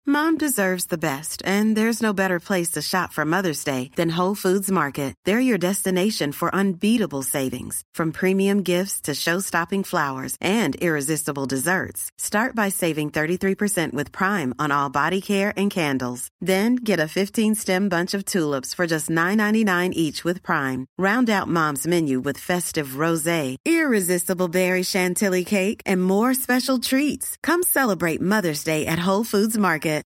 Mom deserves the best, and there's no better place to shop for Mother's Day than Whole Foods Market. They're your destination for unbeatable savings, from premium gifts to show-stopping flowers and irresistible desserts. Start by saving 33% with Prime on all body care and candles. Then get a 15-stem bunch of tulips for just $9.99 each with Prime. Round out Mom's menu with festive rosé, irresistible berry chantilly cake, and more special treats. Come celebrate Mother's Day at Whole Foods Market.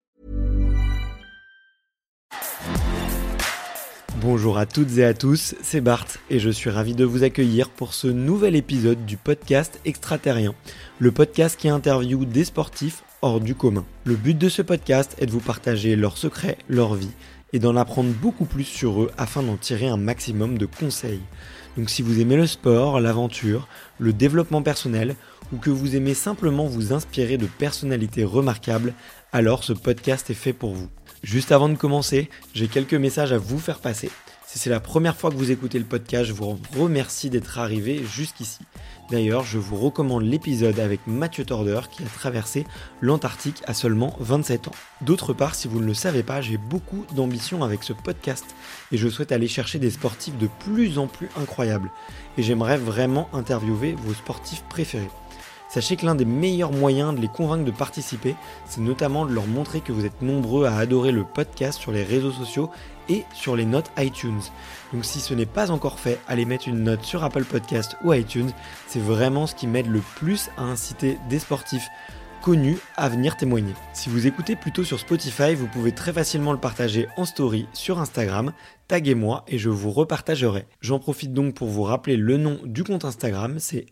Bonjour à toutes et à tous, c'est Bart et je suis ravi de vous accueillir pour ce nouvel épisode du podcast Extraterrien, le podcast qui interviewe des sportifs hors du commun. Le but de ce podcast est de vous partager leurs secrets, leur vie et d'en apprendre beaucoup plus sur eux afin d'en tirer un maximum de conseils. Donc si vous aimez le sport, l'aventure, le développement personnel ou que vous aimez simplement vous inspirer de personnalités remarquables, alors ce podcast est fait pour vous. Juste avant de commencer, j'ai quelques messages à vous faire passer. Si c'est la première fois que vous écoutez le podcast, je vous remercie d'être arrivé jusqu'ici. D'ailleurs, je vous recommande l'épisode avec Mathieu Torder qui a traversé l'Antarctique à seulement 27 ans. D'autre part, si vous ne le savez pas, j'ai beaucoup d'ambition avec ce podcast et je souhaite aller chercher des sportifs de plus en plus incroyables. Et j'aimerais vraiment interviewer vos sportifs préférés. Sachez que l'un des meilleurs moyens de les convaincre de participer, c'est notamment de leur montrer que vous êtes nombreux à adorer le podcast sur les réseaux sociaux et sur les notes iTunes. Donc si ce n'est pas encore fait, allez mettre une note sur Apple Podcast ou iTunes, c'est vraiment ce qui m'aide le plus à inciter des sportifs connus à venir témoigner. Si vous écoutez plutôt sur Spotify, vous pouvez très facilement le partager en story sur Instagram, taguez-moi et je vous repartagerai. J'en profite donc pour vous rappeler le nom du compte Instagram, c'est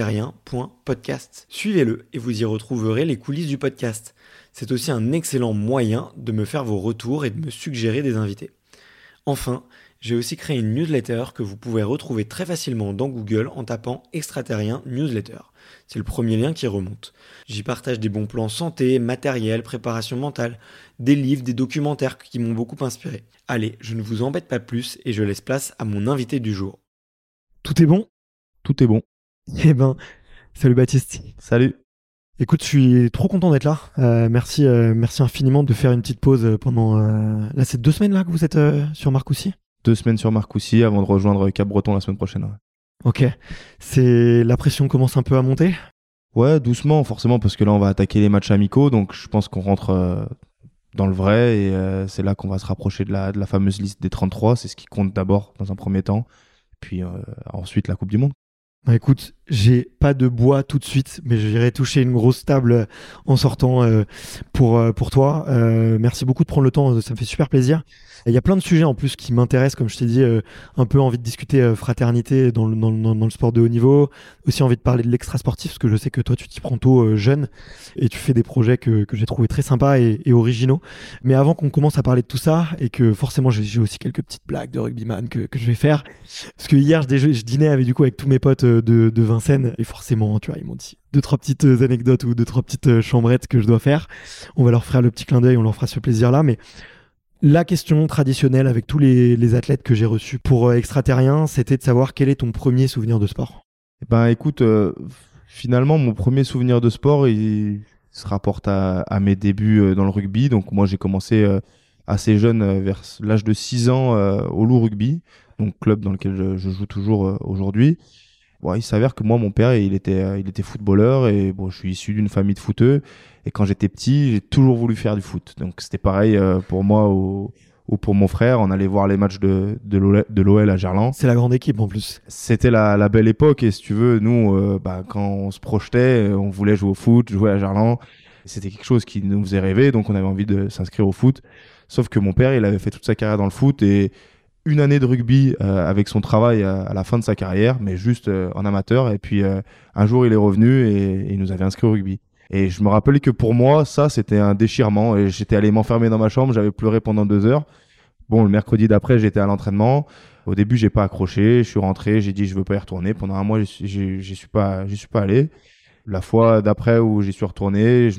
extraterrien.podcast. Suivez-le et vous y retrouverez les coulisses du podcast. C'est aussi un excellent moyen de me faire vos retours et de me suggérer des invités. Enfin, j'ai aussi créé une newsletter que vous pouvez retrouver très facilement dans Google en tapant extraterrien newsletter. C'est le premier lien qui remonte. J'y partage des bons plans santé, matériel, préparation mentale, des livres, des documentaires qui m'ont beaucoup inspiré. Allez, je ne vous embête pas plus et je laisse place à mon invité du jour. Tout est bon ? Tout est bon. Eh ben, salut Baptiste. Salut. Écoute, je suis trop content d'être là. Merci infiniment de faire une petite pause pendant... Là, c'est 2 semaines là que vous êtes sur Marcoussis ? 2 semaines sur Marcoussis avant de rejoindre Cap-Breton la semaine prochaine. Ouais. Ok. La pression commence un peu à monter ? Ouais, doucement, forcément, parce que là, on va attaquer les matchs amicaux. Donc, je pense qu'on rentre dans le vrai et c'est là qu'on va se rapprocher de la fameuse liste des 33. C'est ce qui compte d'abord dans un premier temps. Puis ensuite, la Coupe du Monde. Bah écoute, j'ai pas de bois tout de suite, mais j'irai toucher une grosse table en sortant pour toi. Merci beaucoup de prendre le temps, ça me fait super plaisir. Il y a plein de sujets en plus qui m'intéressent, comme je t'ai dit, un peu envie de discuter fraternité dans le sport de haut niveau, aussi envie de parler de l'extra-sportif, parce que je sais que toi tu t'y prends tôt jeune et tu fais des projets que j'ai trouvé très sympas et originaux. Mais avant qu'on commence à parler de tout ça, et que forcément j'ai aussi quelques petites blagues de rugbyman que je vais faire, parce que hier je dînais avec tous mes potes de Vincennes, et forcément tu vois, ils m'ont dit 2-3 petites anecdotes ou 2-3 petites chambrettes que je dois faire. On va leur faire le petit clin d'œil, on leur fera ce plaisir là. Mais la question traditionnelle avec tous les athlètes que j'ai reçus pour extraterrien, c'était de savoir quel est ton premier souvenir de sport. Ben écoute, finalement mon premier souvenir de sport il se rapporte à mes débuts dans le rugby. Donc moi j'ai commencé assez jeune, vers l'âge de 6 ans au Loup Rugby, donc club dans lequel je joue toujours aujourd'hui. Bon, il s'avère que moi, mon père, il était footballeur et bon, je suis issu d'une famille de footeux. Et quand j'étais petit, j'ai toujours voulu faire du foot. Donc c'était pareil pour moi ou pour mon frère. On allait voir les matchs de l'OL à Gerland. C'est la grande équipe en plus. C'était la belle époque et si tu veux, nous, quand on se projetait, on voulait jouer au foot, jouer à Gerland. C'était quelque chose qui nous faisait rêver, donc on avait envie de s'inscrire au foot. Sauf que mon père, il avait fait toute sa carrière dans le foot et une année de rugby avec son travail à la fin de sa carrière, mais juste en amateur. Et puis un jour, il est revenu et il nous avait inscrit au rugby. Et je me rappelais que pour moi, ça, c'était un déchirement. Et j'étais allé m'enfermer dans ma chambre, j'avais pleuré pendant 2 heures. Bon, le mercredi d'après, j'étais à l'entraînement. Au début, j'ai pas accroché. Je suis rentré, j'ai dit je veux pas y retourner. Pendant un mois, j'y suis pas allé. La fois d'après où j'y suis retourné,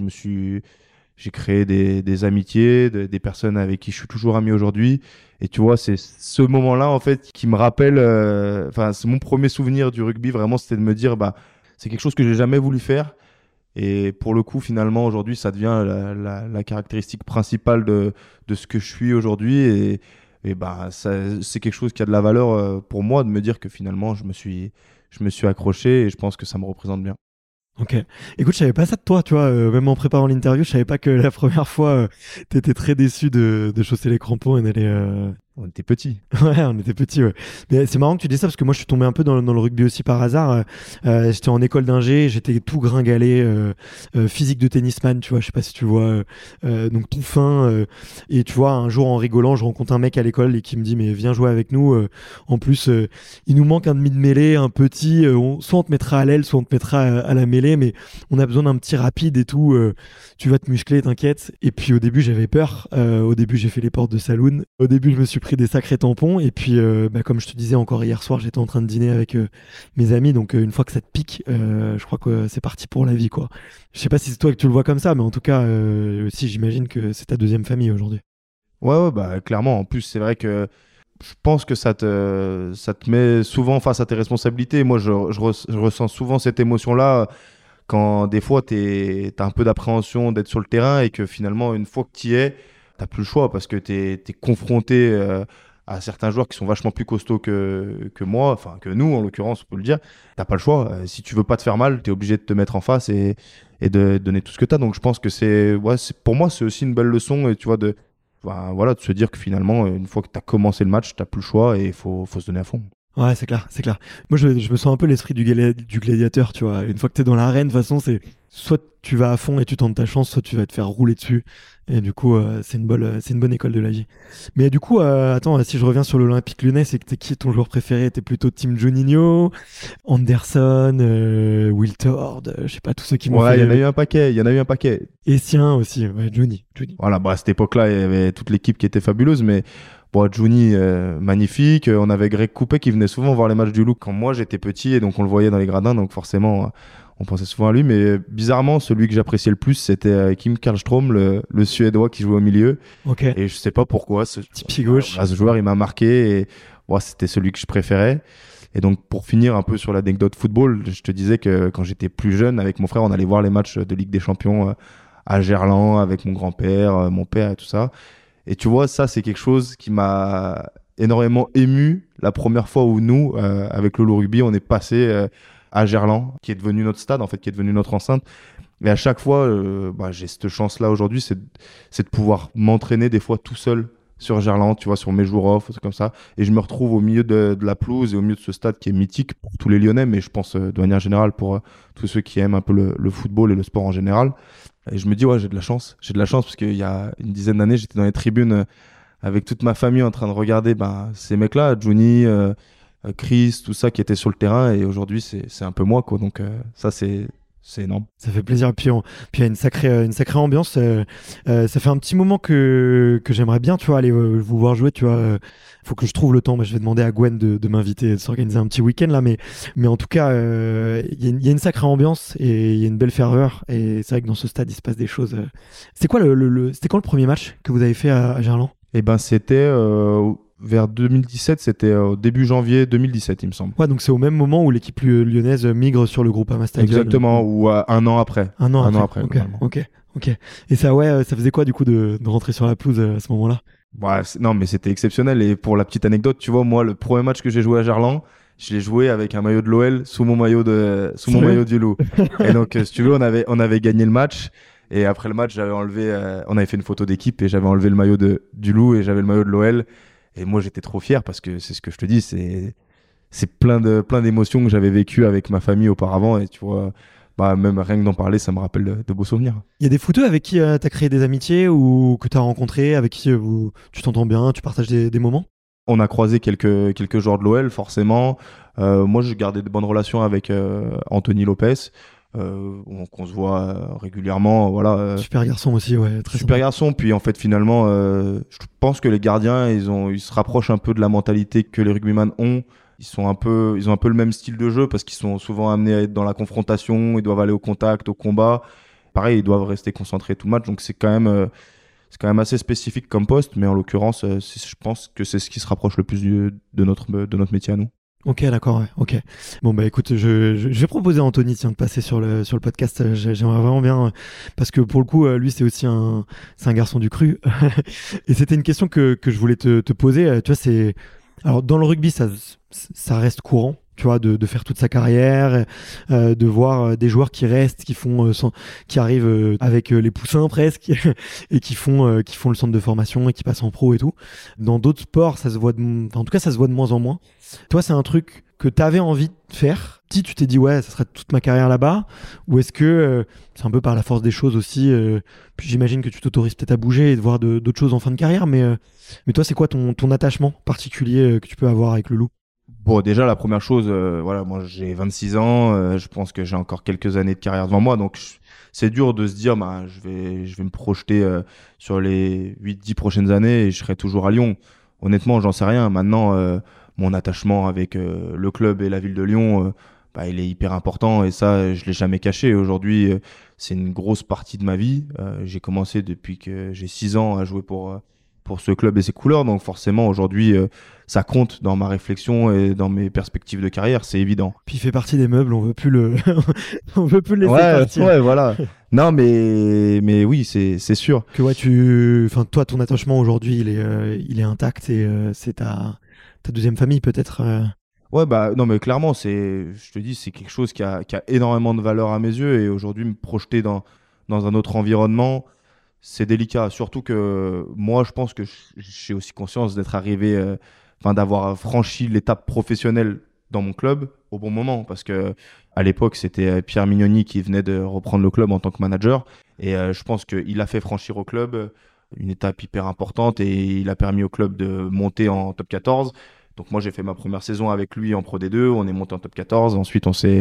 j'ai créé des amitiés, des personnes avec qui je suis toujours ami aujourd'hui. Et tu vois, c'est ce moment-là, en fait, qui me rappelle, c'est mon premier souvenir du rugby, vraiment, c'était de me dire, c'est quelque chose que j'ai jamais voulu faire. Et pour le coup, finalement, aujourd'hui, ça devient la caractéristique principale de ce que je suis aujourd'hui. Et bah, c'est quelque chose qui a de la valeur pour moi de me dire que finalement, je me suis accroché et je pense que ça me représente bien. Ok. Écoute, je savais pas ça de toi, tu vois. Même en préparant l'interview, je savais pas que la première fois, t'étais très déçu de chausser les crampons et d'aller. On était petits. Ouais, on était petits, ouais. Mais c'est marrant que tu dis ça parce que moi, je suis tombé un peu dans le rugby aussi par hasard. J'étais en école d'ingé, j'étais tout gringalé, physique de tennisman, tu vois. Je sais pas si tu vois. Donc tout fin. Et tu vois, un jour en rigolant, je rencontre un mec à l'école et qui me dit, mais viens jouer avec nous. En plus, il nous manque un demi de mêlée, un petit. Soit on te mettra à l'aile, soit on te mettra à la mêlée, mais on a besoin d'un petit rapide et tout. Tu vas te muscler, t'inquiète. Et puis au début, j'avais peur. Au début, j'ai fait les portes de saloon. Au début, je me suis pris des sacrés tampons. Et puis, comme je te disais encore hier soir, j'étais en train de dîner avec mes amis. Donc, une fois que ça te pique, je crois que c'est parti pour la vie, quoi. Je sais pas si c'est toi que tu le vois comme ça, mais en tout cas, aussi, j'imagine que c'est ta deuxième famille aujourd'hui. Ouais, bah clairement. En plus, c'est vrai que je pense que ça te met souvent face à tes responsabilités. Moi, je ressens souvent cette émotion-là quand des fois t'as un peu d'appréhension d'être sur le terrain et que finalement, une fois que t'y es, t'as plus le choix parce que t'es confronté à certains joueurs qui sont vachement plus costauds que moi, enfin que nous en l'occurrence, on peut le dire. T'as pas le choix. Si tu veux pas te faire mal, t'es obligé de te mettre en face et de donner tout ce que t'as. Donc je pense que pour moi, c'est aussi une belle leçon et tu vois de se dire que finalement, une fois que t'as commencé le match, t'as plus le choix et il faut se donner à fond. Ouais, c'est clair, c'est clair. Moi, je me sens un peu l'esprit du gladiateur, tu vois. Une fois que t'es dans l'arène, de toute façon, c'est soit tu vas à fond et tu tentes ta chance, soit tu vas te faire rouler dessus. Et du coup, c'est une bonne école de la vie. Mais du coup, attends, si je reviens sur l'Olympique Lyonnais, c'est que t'es qui ton joueur préféré? T'es plutôt Team Juninho, Anderson, Wiltord, je sais pas, tous ceux qui m'ont fait... Ouais, il y en a eu un paquet. Essien aussi, ouais, Johnny. Voilà, à cette époque-là, il y avait toute l'équipe qui était fabuleuse, mais bon, Juni, magnifique. On avait Greg Coupet qui venait souvent voir les matchs du Loup quand moi j'étais petit et donc on le voyait dans les gradins, donc forcément on pensait souvent à lui. Mais bizarrement, celui que j'appréciais le plus, c'était Kim Karlström, le Suédois qui jouait au milieu. Ok. Et je sais pas pourquoi. Petit pied gauche. Ce joueur, il m'a marqué et c'était celui que je préférais. Et donc, pour finir un peu sur l'anecdote football, je te disais que quand j'étais plus jeune, avec mon frère, on allait voir les matchs de Ligue des Champions à Gerland avec mon grand-père, mon père et tout ça. Et tu vois, ça, c'est quelque chose qui m'a énormément ému la première fois où nous, avec Lolo Rugby, on est passé à Gerland, qui est devenu notre stade, en fait, qui est devenu notre enceinte. Et à chaque fois, j'ai cette chance-là aujourd'hui, c'est de pouvoir m'entraîner des fois tout seul sur Gerland, tu vois, sur mes jours off, comme ça. Et je me retrouve au milieu de la pelouse et au milieu de ce stade qui est mythique pour tous les Lyonnais, mais je pense de manière générale pour tous ceux qui aiment un peu le football et le sport en général. Et je me dis, ouais, j'ai de la chance. J'ai de la chance parce qu'il y a une dizaine d'années, j'étais dans les tribunes avec toute ma famille en train de regarder ces mecs-là, Johnny, Chris, tout ça qui était sur le terrain. Et aujourd'hui, c'est un peu moi, quoi. Donc ça, c'est énorme. Ça fait plaisir. Puis il y a une sacrée ambiance. Ça fait un petit moment que j'aimerais bien, tu vois, aller vous voir jouer, tu vois. Faut que je trouve le temps. Moi, je vais demander à Gwen de m'inviter, de s'organiser un petit week-end là. Mais en tout cas, il y a une sacrée ambiance et il y a une belle ferveur. Et c'est vrai que dans ce stade, il se passe des choses. C'était quoi c'était quand le premier match que vous avez fait à Gerland? Eh ben, c'était vers 2017, c'était au début janvier 2017, il me semble. Ouais, donc c'est au même moment où l'équipe lyonnaise migre sur le Groupama Stadium. Exactement, ou un an après. Un an après. Ok. Et ça, ouais, ça faisait quoi du coup de rentrer sur la pelouse à ce moment-là? Ouais, non, mais c'était exceptionnel. Et pour la petite anecdote, tu vois, moi, le premier match que j'ai joué à Gerland, je l'ai joué avec un maillot de l'OL sous mon maillot du Loup. Et donc, si tu veux, on avait gagné le match. Et après le match, on avait fait une photo d'équipe et j'avais enlevé le maillot du Loup et j'avais le maillot de l'OL. Et moi, j'étais trop fier parce que c'est ce que je te dis, c'est plein d'émotions que j'avais vécues avec ma famille auparavant. Et tu vois, même rien que d'en parler, ça me rappelle de beaux souvenirs. Il y a des footeux avec qui tu as créé des amitiés ou que tu as rencontrés, avec qui tu t'entends bien, tu partages des moments? On a croisé quelques joueurs de l'OL, forcément. Moi, je gardais de bonnes relations avec Anthony Lopez. On se voit régulièrement, voilà. Super garçon aussi, ouais. Très super sympa. garçon. Puis en fait, finalement, je pense que les gardiens, ils se rapprochent un peu de la mentalité que les rugbyman ont. Ils ont un peu le même style de jeu parce qu'ils sont souvent amenés à être dans la confrontation. Ils doivent aller au contact, au combat. Pareil, ils doivent rester concentrés tout le match. Donc c'est quand même assez spécifique comme poste, mais en l'occurrence, je pense que c'est ce qui se rapproche le plus de notre métier à nous. Ok, d'accord, ouais, ok. Bon, bah écoute, je vais proposer à Anthony, tiens, de passer sur le podcast. J'aimerais vraiment bien, parce que pour le coup, lui, c'est un garçon du cru. Et c'était une question que je voulais te poser. Tu vois, alors, dans le rugby, ça reste courant. Tu vois, de faire toute sa carrière, de voir des joueurs qui restent, qui arrivent avec les poussins presque, et qui font le centre de formation et qui passent en pro et tout. Dans d'autres sports, ça se voit en tout cas, ça se voit de moins en moins. Toi, c'est un truc que tu avais envie de faire. Si tu t'es dit, ouais, ça serait toute ma carrière là-bas, ou est-ce que c'est un peu par la force des choses aussi, puis j'imagine que tu t'autorises peut-être à bouger et de voir d'autres choses en fin de carrière, mais toi, c'est quoi ton attachement particulier que tu peux avoir avec le loup? Bon, déjà, la première chose, voilà, moi j'ai 26 ans, je pense que j'ai encore quelques années de carrière devant moi, donc c'est dur de se dire, bah, je vais me projeter sur les 8-10 prochaines années et je serai toujours à Lyon. Honnêtement, j'en sais rien. Maintenant, mon attachement avec le club et la ville de Lyon, bah, il est hyper important et ça, je l'ai jamais caché. Aujourd'hui, c'est une grosse partie de ma vie. J'ai commencé depuis que j'ai 6 ans à jouer pour ce club et ses couleurs. Donc forcément, aujourd'hui, ça compte dans ma réflexion et dans mes perspectives de carrière, c'est évident. Puis il fait partie des meubles, on veut plus on veut plus le laisser partir. Ouais, voilà. Non, mais oui, c'est sûr. Que ouais, toi, ton attachement aujourd'hui, il est intact et c'est ta deuxième famille peut-être. Ouais, bah non, mais clairement, je te dis, c'est quelque chose qui a énormément de valeur à mes yeux et aujourd'hui, me projeter dans un autre environnement, c'est délicat. Surtout que moi, je pense que j'ai aussi conscience d'être arrivé, d'avoir franchi l'étape professionnelle dans mon club au bon moment. Parce que à l'époque, c'était Pierre Mignoni qui venait de reprendre le club en tant que manager. Et je pense qu'il a fait franchir au club une étape hyper importante et il a permis au club de monter en top 14. Donc moi, j'ai fait ma première saison avec lui en Pro D2. On est monté en top 14. Ensuite, on s'est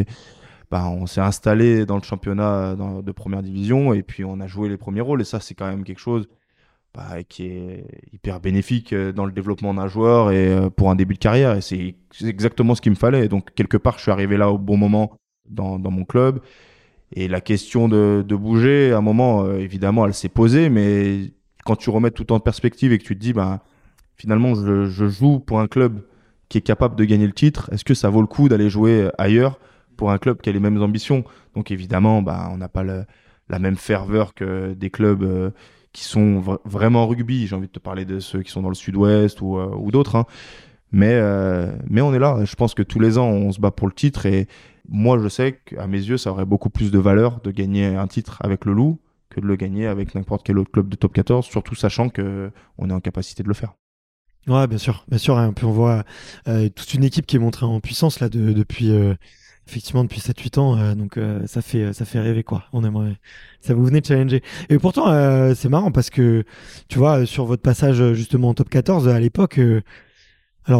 installé dans le championnat de première division et puis on a joué les premiers rôles. Et ça, c'est quand même quelque chose qui est hyper bénéfique dans le développement d'un joueur et pour un début de carrière. Et c'est exactement ce qu'il me fallait. Et donc, quelque part, je suis arrivé là au bon moment dans mon club. Et la question de bouger, à un moment, évidemment, elle s'est posée. Mais quand tu remets tout en perspective et que tu te dis, finalement, je joue pour un club qui est capable de gagner le titre, est-ce que ça vaut le coup d'aller jouer ailleurs pour un club qui a les mêmes ambitions? Donc évidemment, on n'a pas la même ferveur que des clubs qui sont vraiment rugby. J'ai envie de te parler de ceux qui sont dans le sud-ouest ou d'autres. Hein. Mais on est là. Je pense que tous les ans, on se bat pour le titre. Et moi, je sais qu'à mes yeux, ça aurait beaucoup plus de valeur de gagner un titre avec le Loup que de le gagner avec n'importe quel autre club de top 14, surtout sachant qu'on est en capacité de le faire. Ouais, bien sûr. Hein. Puis on voit toute une équipe qui est montrée en puissance là depuis effectivement depuis 7-8 ans. Donc ça fait rêver quoi. Ça vous venait de challenger. Et pourtant c'est marrant parce que tu vois sur votre passage justement en top 14 à l'époque. Alors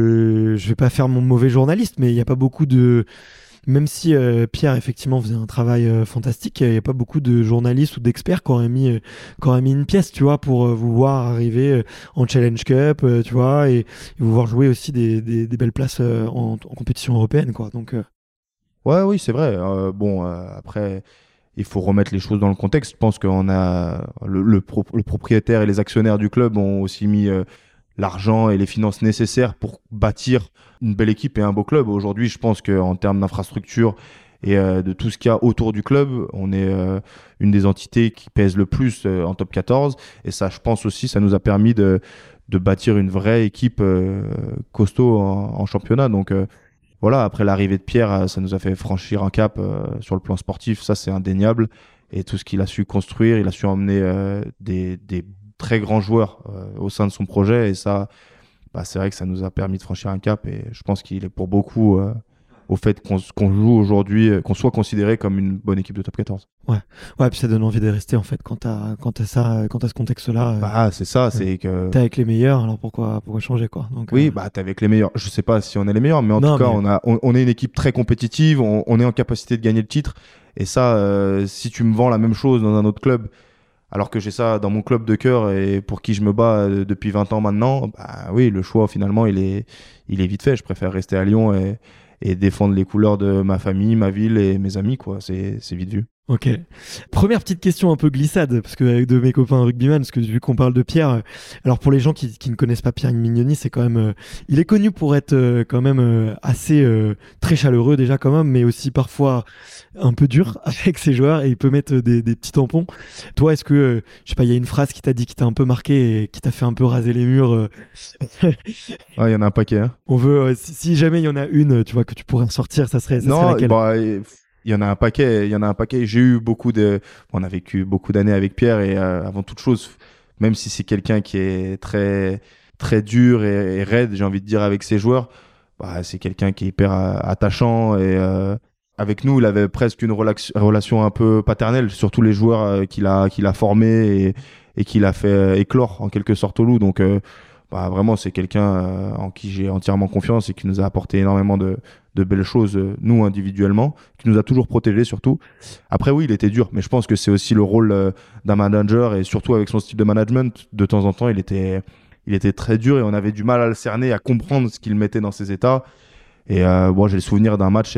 je vais pas faire mon mauvais journaliste, mais il y a pas beaucoup de même si Pierre effectivement faisait un travail fantastique, il n'y a pas beaucoup de journalistes ou d'experts qui auraient mis une pièce, tu vois, pour vous voir arriver en Challenge Cup, tu vois, et vous voir jouer aussi des belles places en compétition européenne, quoi. Donc ouais, oui, c'est vrai. Après, il faut remettre les choses dans le contexte. Je pense qu'on a le propriétaire et les actionnaires du club ont aussi mis l'argent et les finances nécessaires pour bâtir une belle équipe et un beau club. Aujourd'hui, je pense qu'en termes d'infrastructure et de tout ce qu'il y a autour du club, on est une des entités qui pèse le plus en top 14. Et ça, je pense aussi, ça nous a permis de bâtir une vraie équipe costaud en championnat. Donc voilà, après l'arrivée de Pierre, ça nous a fait franchir un cap sur le plan sportif. Ça, c'est indéniable. Et tout ce qu'il a su construire, il a su emmener des très grands joueurs au sein de son projet et ça c'est vrai que ça nous a permis de franchir un cap et je pense qu'il est pour beaucoup au fait qu'on joue aujourd'hui, qu'on soit considéré comme une bonne équipe de top 14. Ouais, puis ça donne envie de rester en fait quand t'as ce contexte-là. C'est ça, c'est que t'es avec les meilleurs, alors pourquoi changer quoi. Donc, oui, t'es avec les meilleurs. Je sais pas si on est les meilleurs, mais en tout cas, on est une équipe très compétitive, on est en capacité de gagner le titre et ça, si tu me vends la même chose dans un autre club, alors que j'ai ça dans mon club de cœur et pour qui je me bats depuis 20 ans maintenant, oui, le choix finalement, il est vite fait. Je préfère rester à Lyon et défendre les couleurs de ma famille, ma ville et mes amis, quoi. C'est vite vu. Ok. Première petite question un peu glissade, parce que avec de mes copains rugbyman, parce que vu qu'on parle de Pierre, alors pour les gens qui ne connaissent pas Pierre Mignoni, c'est quand même, il est connu pour être quand même assez très chaleureux déjà quand même, mais aussi parfois un peu dur avec ses joueurs et il peut mettre des petits tampons. Toi, est-ce que, je sais pas, il y a une phrase qui t'a dit, qui t'a un peu marqué et qui t'a fait un peu raser les murs Ah, il y en a un paquet. Hein. On veut, si jamais il y en a une, tu vois, que tu pourrais ressortir, ça serait Non, laquelle? bah, il y en a un paquet. Il y en a un paquet. On a vécu beaucoup d'années avec Pierre et avant toute chose, même si c'est quelqu'un qui est très, très dur et raide, j'ai envie de dire, avec ses joueurs, bah, c'est quelqu'un qui est hyper attachant et avec nous, il avait presque une relation un peu paternelle, surtout les joueurs qu'il a formés et qu'il a fait éclore en quelque sorte au loup. Donc, bah, vraiment, c'est quelqu'un en qui j'ai entièrement confiance et qui nous a apporté énormément de belles choses, nous individuellement, qui nous a toujours protégés surtout. Après, oui, il était dur, mais je pense que c'est aussi le rôle d'un manager et surtout avec son style de management, de temps en temps, il était très dur et on avait du mal à le cerner, à comprendre ce qu'il mettait dans ses états. Et bon, j'ai le souvenir d'un match,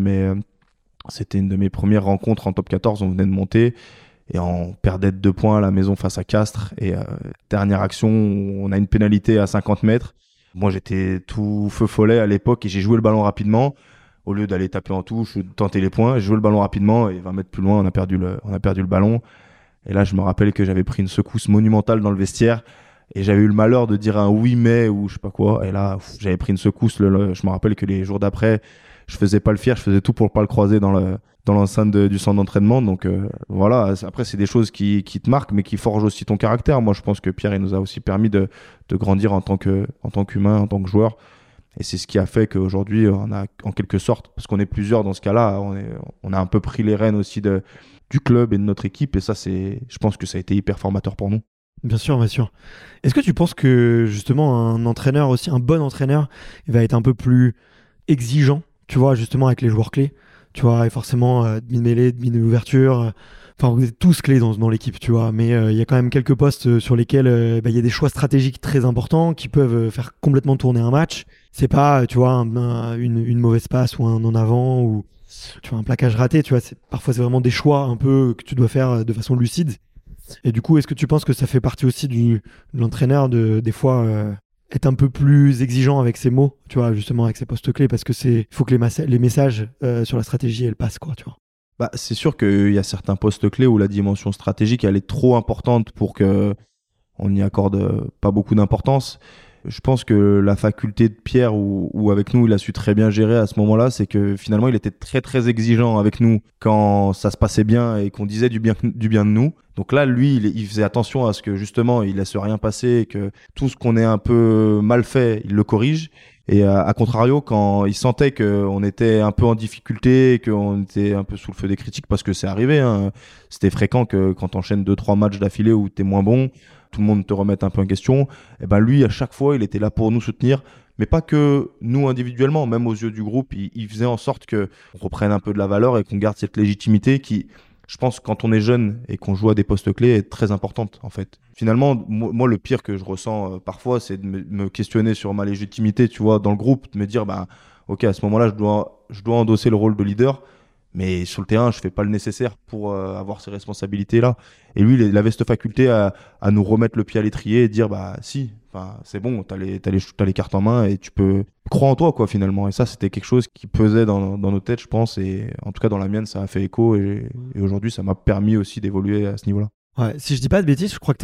c'était une de mes premières rencontres en top 14, on venait de monter et on perdait de 2 points à la maison face à Castres. Et dernière action, on a une pénalité à 50 mètres. Moi, j'étais tout feu follet à l'époque et j'ai joué le ballon rapidement. Au lieu d'aller taper en touche ou de tenter les points, j'ai joué le ballon rapidement et 20 mètres plus loin, on a perdu le ballon. Et là, je me rappelle que j'avais pris une secousse monumentale dans le vestiaire et j'avais eu le malheur de dire un oui mais ou je sais pas quoi. Et là, j'avais pris une secousse. Je me rappelle que les jours d'après, je faisais pas le fier, je faisais tout pour pas le croiser dans l'enceinte du centre d'entraînement. Donc voilà, après c'est des choses qui te marquent mais qui forgent aussi ton caractère. Moi, je pense que Pierre, il nous a aussi permis de grandir en tant qu'humain, en tant que joueur. Et c'est ce qui a fait qu'aujourd'hui, on a en quelque sorte, parce qu'on est plusieurs dans ce cas-là, on a un peu pris les rênes aussi du club et de notre équipe. Et ça, je pense que ça a été hyper formateur pour nous. Bien sûr, bien sûr. Est-ce que tu penses que justement un entraîneur aussi, un bon entraîneur, il va être un peu plus exigeant, tu vois, justement avec les joueurs clés, tu vois, et forcément demi-mêlée, demi-ouverture, enfin vous êtes tous clés dans l'équipe, tu vois, mais il y a quand même quelques postes sur lesquels il y a des choix stratégiques très importants qui peuvent faire complètement tourner un match. C'est pas, tu vois, une mauvaise passe ou un en avant ou tu vois un plaquage raté, tu vois, parfois c'est vraiment des choix un peu que tu dois faire de façon lucide. Et du coup, est-ce que tu penses que ça fait partie aussi de l'entraîneur des fois être un peu plus exigeant avec ses mots, tu vois, justement avec ses postes clés, parce que il faut que les messages sur la stratégie, elles passent, quoi, tu vois. Bah, c'est sûr qu'il y a certains postes clés où la dimension stratégique, elle est trop importante pour que on n'y accorde pas beaucoup d'importance. Je pense que la faculté de Pierre, ou avec nous, il a su très bien gérer à ce moment-là, c'est que finalement, il était très très exigeant avec nous quand ça se passait bien et qu'on disait du bien de nous. Donc là, lui, il faisait attention à ce que justement, il laisse rien passer et que tout ce qu'on ait un peu mal fait, il le corrige. Et à contrario, quand il sentait qu'on était un peu en difficulté, qu'on était un peu sous le feu des critiques, parce que c'est arrivé, hein, c'était fréquent que quand t'enchaînes 2-3 matchs d'affilée où t'es moins bon, tout le monde te remette un peu en question, et ben lui, à chaque fois, il était là pour nous soutenir, mais pas que nous individuellement, même aux yeux du groupe, il faisait en sorte qu'on reprenne un peu de la valeur et qu'on garde cette légitimité qui, je pense, quand on est jeune et qu'on joue à des postes clés, est très importante, en fait. Finalement, moi, le pire que je ressens parfois, c'est de me questionner sur ma légitimité, tu vois, dans le groupe, de me dire, bah, ok, à ce moment-là, je dois endosser le rôle de leader, mais sur le terrain, je fais pas le nécessaire pour avoir ces responsabilités-là. Et lui, il avait cette faculté à nous remettre le pied à l'étrier et dire, bah, si, c'est bon, t'as les cartes en main et tu peux croire en toi, quoi, finalement. Et ça, c'était quelque chose qui pesait dans nos têtes, je pense. Et en tout cas, dans la mienne, ça a fait écho. Et aujourd'hui, ça m'a permis aussi d'évoluer à ce niveau-là. Ouais, si je dis pas de bêtises, je crois que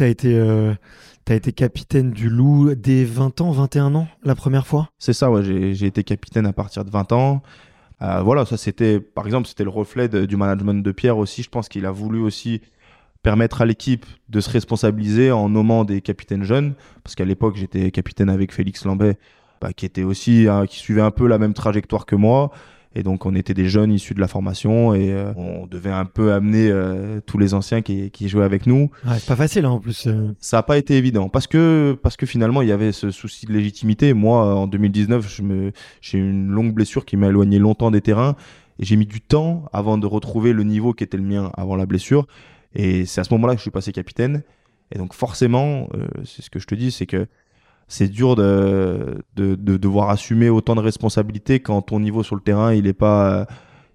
t'as été capitaine du Loup dès 20 ans, 21 ans, la première fois. C'est ça, ouais, j'ai été capitaine à partir de 20 ans. Voilà, ça par exemple, c'était le reflet du management de Pierre aussi. Je pense qu'il a voulu aussi permettre à l'équipe de se responsabiliser en nommant des capitaines jeunes, parce qu'à l'époque, j'étais capitaine avec Félix Lambet, qui était aussi, qui suivait un peu la même trajectoire que moi. Et donc, on était des jeunes issus de la formation et on devait un peu amener tous les anciens qui jouaient avec nous. Ouais, c'est pas facile, hein, en plus. Ça n'a pas été évident parce que finalement, il y avait ce souci de légitimité. Moi, en 2019, j'ai eu une longue blessure qui m'a éloigné longtemps des terrains et j'ai mis du temps avant de retrouver le niveau qui était le mien avant la blessure. Et c'est à ce moment-là que je suis passé capitaine. Et donc, forcément, c'est ce que je te dis, c'est que c'est dur de devoir assumer autant de responsabilités quand ton niveau sur le terrain, il est pas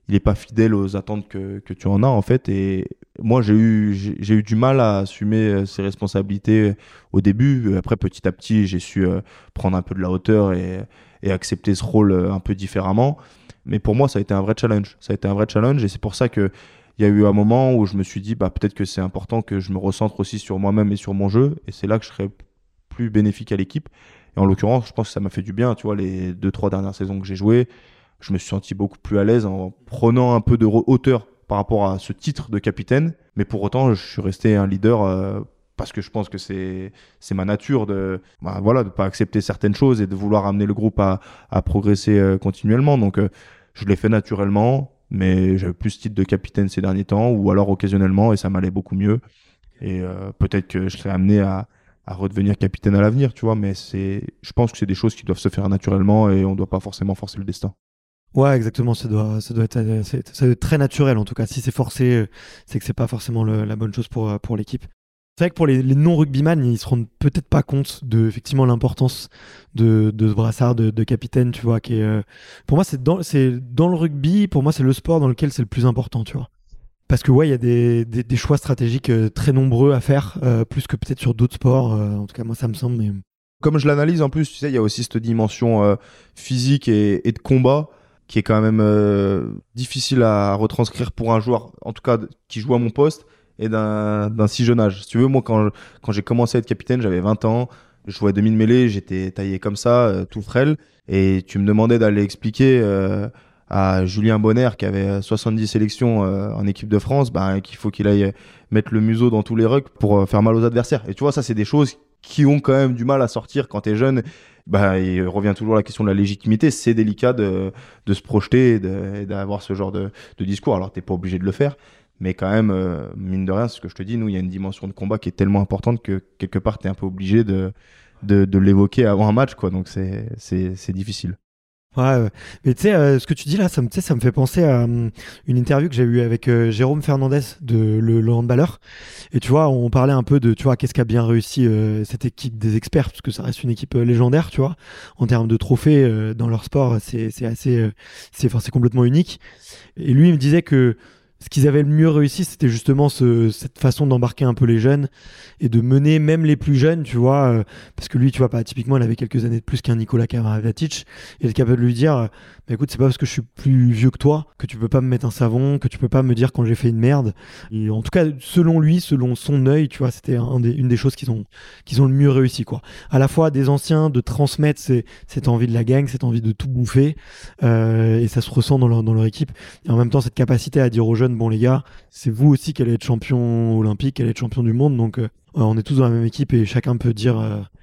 il est pas fidèle aux attentes que tu en as en fait. Et moi j'ai eu du mal à assumer ces responsabilités au début. Après petit à petit j'ai su prendre un peu de la hauteur et accepter ce rôle un peu différemment. Mais pour moi ça a été un vrai challenge. Ça a été un vrai challenge et c'est pour ça que il y a eu un moment où je me suis dit peut-être que c'est important que je me recentre aussi sur moi-même et sur mon jeu. Et c'est là que je serai plus bénéfique à l'équipe. Et en l'occurrence, je pense que ça m'a fait du bien. Tu vois, les 2-3 dernières saisons que j'ai jouées, je me suis senti beaucoup plus à l'aise en prenant un peu de hauteur par rapport à ce titre de capitaine. Mais pour autant, je suis resté un leader parce que je pense que c'est ma nature de de pas accepter certaines choses et de vouloir amener le groupe à progresser continuellement. Donc, je l'ai fait naturellement, mais j'avais plus ce titre de capitaine ces derniers temps ou alors occasionnellement et ça m'allait beaucoup mieux. Et peut-être que je serais amené à redevenir capitaine à l'avenir, tu vois, mais je pense que c'est des choses qui doivent se faire naturellement et on doit pas forcément forcer le destin. Ouais, exactement. Ça doit être très naturel en tout cas. Si c'est forcé, c'est que c'est pas forcément la bonne chose pour l'équipe. C'est vrai que pour les non-rugbyman, ils se rendent peut-être pas compte de effectivement l'importance de ce brassard de capitaine, tu vois, qui est, pour moi c'est dans le rugby, pour moi c'est le sport dans lequel c'est le plus important, tu vois. Parce que ouais, il y a des choix stratégiques très nombreux à faire, plus que peut-être sur d'autres sports. En tout cas, moi ça me semble. Mais Comme je l'analyse en plus, tu sais, il y a aussi cette dimension physique et de combat qui est quand même difficile à retranscrire pour un joueur, en tout cas qui joue à mon poste et d'un si jeune âge. Si tu veux, moi quand j'ai commencé à être capitaine, j'avais 20 ans, je jouais à demi-mêlée, j'étais taillé comme ça, tout frêle, et tu me demandais d'aller expliquer à Julien Bonner qui avait 70 sélections en équipe de France, qu'il faut qu'il aille mettre le museau dans tous les rucks pour faire mal aux adversaires. Et tu vois, ça c'est des choses qui ont quand même du mal à sortir quand t'es jeune. Il revient toujours la question de la légitimité. C'est délicat de se projeter et d'avoir ce genre de discours. Alors t'es pas obligé de le faire, mais quand même, mine de rien, c'est ce que je te dis, nous, il y a une dimension de combat qui est tellement importante que quelque part, t'es un peu obligé de l'évoquer avant un match, quoi. Donc c'est difficile. ouais. Mais tu sais, ce que tu dis là, ça me fait penser à une interview que j'ai eue avec Jérôme Fernandez de le handballeur. Et tu vois, on parlait un peu de, tu vois, qu'est-ce qu'a bien réussi cette équipe des experts, parce que ça reste une équipe légendaire, tu vois, en termes de trophées dans leur sport, c'est assez, c'est complètement unique. Et lui, il me disait que ce qu'ils avaient le mieux réussi, c'était justement cette façon d'embarquer un peu les jeunes et de mener même les plus jeunes, tu vois, parce que lui, tu vois, typiquement, il avait quelques années de plus qu'un Nikola Karabatic, il est capable de lui dire, écoute, c'est pas parce que je suis plus vieux que toi que tu peux pas me mettre un savon, que tu peux pas me dire quand j'ai fait une merde. Et en tout cas, selon lui, selon son œil, tu vois, c'était une des choses qu'ils ont le mieux réussi, quoi. À la fois des anciens, de transmettre cette envie de la gang, cette envie de tout bouffer, et ça se ressent dans leur équipe. Et en même temps, cette capacité à dire aux jeunes, bon les gars, c'est vous aussi qui allez être champion olympique, qui allez être champion du monde, donc on est tous dans la même équipe et chacun peut dire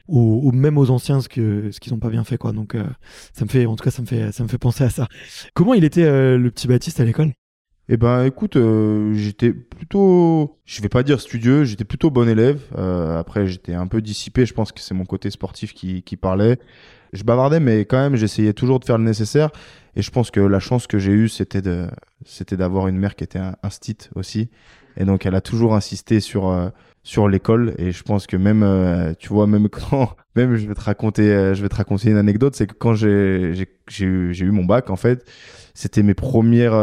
même aux anciens ce qu'ils n'ont pas bien fait, quoi. Donc ça me fait penser à ça. Comment il était le petit Baptiste à l'école? Eh ben, écoute, j'étais plutôt, je vais pas dire studieux, j'étais plutôt bon élève. Après, j'étais un peu dissipé. Je pense que c'est mon côté sportif qui parlait. Je bavardais, mais quand même, j'essayais toujours de faire le nécessaire. Et je pense que la chance que j'ai eue, c'était d'avoir une mère qui était instite aussi. Et donc, elle a toujours insisté sur l'école. Et je pense que même, tu vois, même je vais te raconter une anecdote, c'est que quand j'ai eu mon bac, en fait, c'était mes premières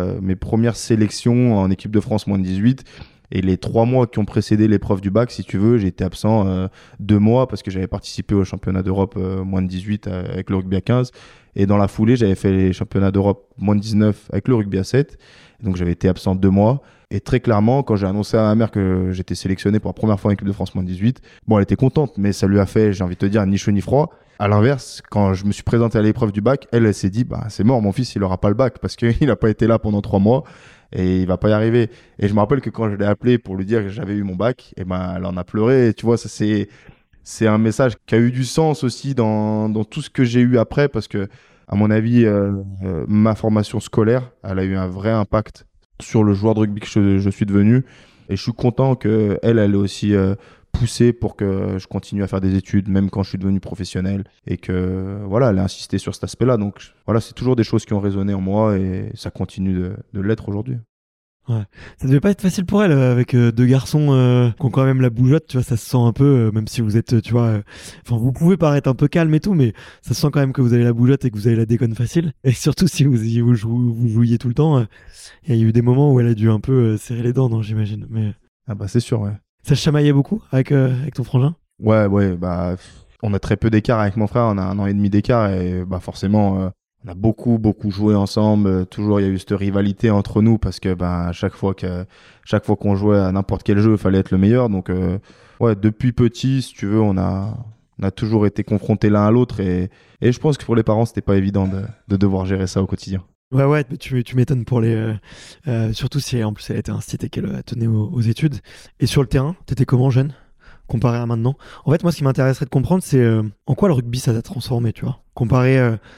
sélections en équipe de France moins de 18. Et les 3 mois qui ont précédé l'épreuve du bac, si tu veux, j'ai été absent 2 mois parce que j'avais participé au championnat d'Europe moins de 18 avec le rugby à 15. Et dans la foulée, j'avais fait les championnats d'Europe moins de 19 avec le rugby à 7. Et donc j'avais été absent 2 mois. Et très clairement, quand j'ai annoncé à ma mère que j'étais sélectionné pour la première fois en équipe de France moins de 18, bon, elle était contente, mais ça lui a fait, j'ai envie de te dire, ni chaud ni froid. À l'inverse, quand je me suis présenté à l'épreuve du bac, elle s'est dit, c'est mort, mon fils, il aura pas le bac parce qu'il n'a pas été là pendant 3 mois et il va pas y arriver. Et je me rappelle que quand je l'ai appelé pour lui dire que j'avais eu mon bac, elle en a pleuré. Et tu vois, ça c'est un message qui a eu du sens aussi dans tout ce que j'ai eu après parce que, à mon avis, ma formation scolaire, elle a eu un vrai impact sur le joueur de rugby que je suis devenu. Et je suis content qu'elle ait aussi poussé pour que je continue à faire des études, même quand je suis devenu professionnel. Et que, voilà, elle a insisté sur cet aspect-là. Donc, voilà, c'est toujours des choses qui ont résonné en moi et ça continue de l'être aujourd'hui. Ouais. Ça devait pas être facile pour elle avec deux garçons qui ont quand même la bougeotte, tu vois, ça se sent un peu, même si vous êtes, tu vois, enfin vous pouvez paraître un peu calme et tout, mais ça se sent quand même que vous avez la bougeotte et que vous avez la déconne facile. Et surtout si vous jouiez tout le temps, il y a eu des moments où elle a dû un peu serrer les dents, non, j'imagine. Mais Ah bah c'est sûr, ouais. ça se chamaillait beaucoup avec ton frangin? Ouais, bah on a très peu d'écart avec mon frère, on a 1 an et demi d'écart et bah forcément on a beaucoup joué ensemble. Toujours il y a eu cette rivalité entre nous parce que bah à chaque fois qu'on jouait à n'importe quel jeu, il fallait être le meilleur. Donc ouais, depuis petit, si tu veux, on a toujours été confrontés l'un à l'autre et je pense que pour les parents, c'était pas évident de devoir gérer ça au quotidien. Ouais, mais tu m'étonnes pour les. Surtout si en plus elle était incitée et qu'elle tenait aux études. Et sur le terrain, t'étais comment jeune, comparé à maintenant? En fait, moi, ce qui m'intéresserait de comprendre, c'est en quoi le rugby ça t'a transformé, tu vois, comparé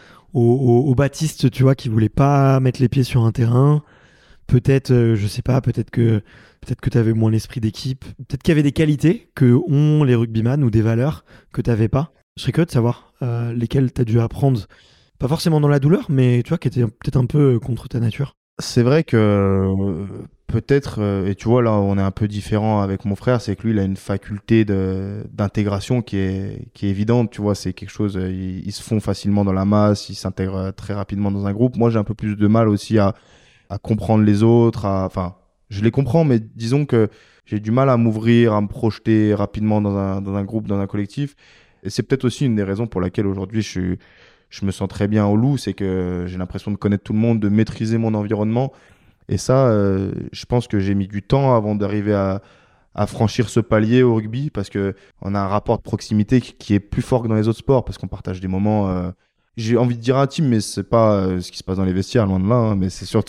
au Baptiste, tu vois, qui voulait pas mettre les pieds sur un terrain. Peut-être, je sais pas, peut-être que t'avais moins l'esprit d'équipe. Peut-être qu'il y avait des qualités que ont les rugbyman ou des valeurs que t'avais pas. Je serais curieux de savoir lesquelles t'as dû apprendre. Pas forcément dans la douleur, mais tu vois, qui était peut-être un peu contre ta nature. C'est vrai que peut-être, et tu vois là on est un peu différent avec mon frère, c'est que lui il a une faculté d'intégration qui est évidente, tu vois, c'est quelque chose, ils se font facilement dans la masse, ils s'intègrent très rapidement dans un groupe. Moi j'ai un peu plus de mal aussi à comprendre les autres, enfin je les comprends, mais disons que j'ai du mal à m'ouvrir, à me projeter rapidement dans un groupe, dans un collectif. Et c'est peut-être aussi une des raisons pour laquelle aujourd'hui je me sens très bien au Loup, c'est que j'ai l'impression de connaître tout le monde, de maîtriser mon environnement. Et ça, je pense que j'ai mis du temps avant d'arriver à franchir ce palier au rugby parce que on a un rapport de proximité qui est plus fort que dans les autres sports parce qu'on partage des moments, j'ai envie de dire intimes, mais c'est pas ce qui se passe dans les vestiaires, loin de là, hein, mais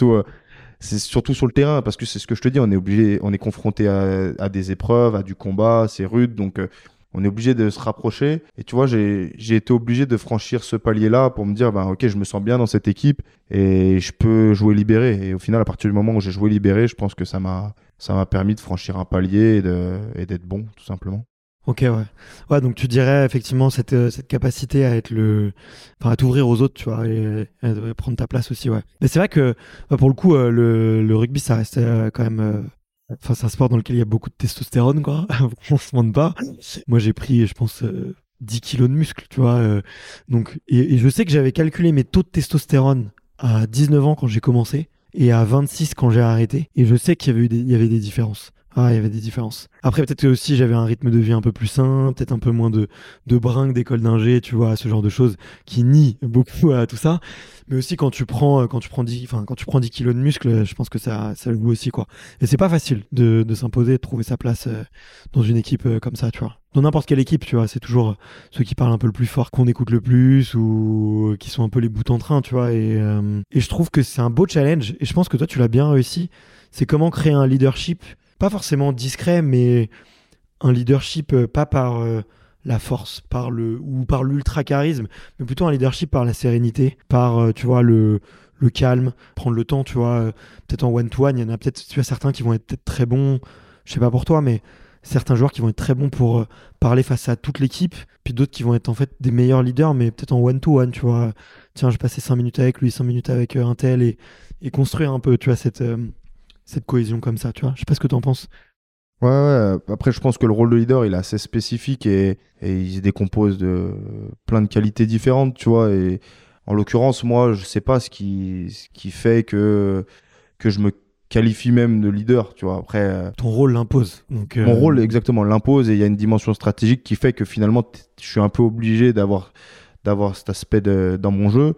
c'est surtout sur le terrain parce que c'est ce que je te dis, on est confronté à des épreuves, à du combat, c'est rude, donc on est obligé de se rapprocher. Et tu vois, j'ai été obligé de franchir ce palier-là pour me dire, ben, ok, je me sens bien dans cette équipe et je peux jouer libéré. Et au final, à partir du moment où j'ai joué libéré, je pense que ça m'a permis de franchir un palier et d'être bon, tout simplement. Ok, ouais. Ouais, donc tu dirais effectivement cette capacité à être enfin, à t'ouvrir aux autres, tu vois, et à prendre ta place aussi, ouais. Mais c'est vrai que, bah, pour le coup, le rugby, ça reste quand même. Enfin, c'est un sport dans lequel il y a beaucoup de testostérone, quoi. On se mente pas. Moi, j'ai pris, je pense, 10 kilos de muscle, tu vois. Donc, et je sais que j'avais calculé mes taux de testostérone à 19 ans quand j'ai commencé et à 26 quand j'ai arrêté. Et je sais qu'il y avait il y avait des différences. Ah, il y avait des différences. Après, peut-être que aussi j'avais un rythme de vie un peu plus sain, peut-être un peu moins de brinques d'école d'ingé, tu vois, ce genre de choses qui nient beaucoup à tout ça. Mais aussi quand tu prends 10, enfin, quand tu prends 10 kilos de muscle, je pense que ça joue aussi, quoi. Et c'est pas facile de s'imposer, de trouver sa place dans une équipe comme ça, tu vois. Dans n'importe quelle équipe, tu vois, c'est toujours ceux qui parlent un peu le plus fort qu'on écoute le plus ou qui sont un peu les bouts en train, tu vois. Et je trouve que c'est un beau challenge. Et je pense que toi, tu l'as bien réussi. C'est comment créer un leadership, pas forcément discret, mais un leadership pas par la force, ou par l'ultra charisme, mais plutôt un leadership par la sérénité, par tu vois le calme, prendre le temps, tu vois, peut-être en one-to-one, il y en a peut-être, tu vois, certains qui vont être peut-être très bons, je sais pas pour toi, mais certains joueurs qui vont être très bons pour parler face à toute l'équipe, puis d'autres qui vont être en fait des meilleurs leaders, mais peut-être en one-to-one, tu vois, tiens, je passais 5 minutes avec lui, 5 minutes avec un tel, et construire un peu, tu vois, cette cohésion comme ça, tu vois. Je sais pas ce que t'en penses. Ouais. Après, je pense que le rôle de leader, il est assez spécifique et il se décompose de plein de qualités différentes, tu vois. Et en l'occurrence, moi, je sais pas ce qui fait que je me qualifie même de leader, tu vois. Après, Ton rôle l'impose. Donc, mon rôle, exactement, l'impose et il y a une dimension stratégique qui fait que finalement, je suis un peu obligé d'avoir cet aspect dans mon jeu.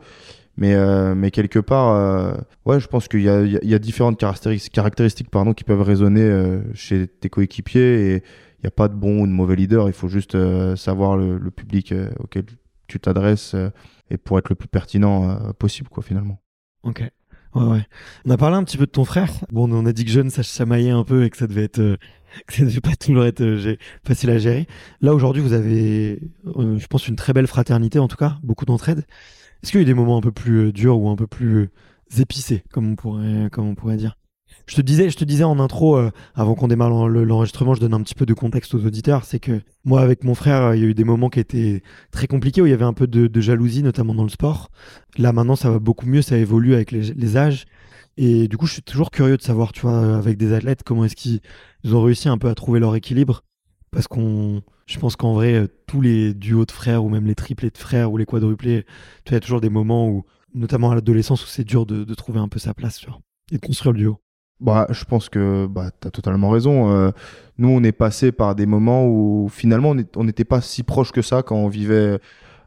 Mais quelque part, ouais, je pense qu'il y a différentes caractéristiques pardon, qui peuvent résonner chez tes coéquipiers et il n'y a pas de bon ou de mauvais leader. Il faut juste savoir le public auquel tu t'adresses et pour être le plus pertinent possible, quoi, finalement. ok. Ouais. On a parlé un petit peu de ton frère. Bon, on a dit que jeune, ça se chamaillait un peu et que ça devait être, que ça devait pas toujours être facile à gérer. Là, aujourd'hui, vous avez, je pense, une très belle fraternité, en tout cas, beaucoup d'entraide. Est-ce qu'il y a eu des moments un peu plus durs ou un peu plus épicés, comme on pourrait dire? Je te disais en intro, avant qu'on démarre l'enregistrement, je donne un petit peu de contexte aux auditeurs. C'est que moi, avec mon frère, il y a eu des moments qui étaient très compliqués, où il y avait un peu de jalousie, notamment dans le sport. Là, maintenant, ça va beaucoup mieux, ça évolue avec les âges. Et du coup, je suis toujours curieux de savoir, tu vois, avec des athlètes, comment est-ce qu'ils ont réussi un peu à trouver leur équilibre. Parce je pense qu'en vrai, tous les duos de frères, ou même les triplés de frères, ou les quadruplés, tu vois, il y a toujours des moments où, notamment à l'adolescence, où c'est dur de trouver un peu sa place, tu vois, et de construire le duo. Bah, je pense que tu as totalement raison. Nous, on est passé par des moments où finalement, on n'était pas si proches que ça quand on vivait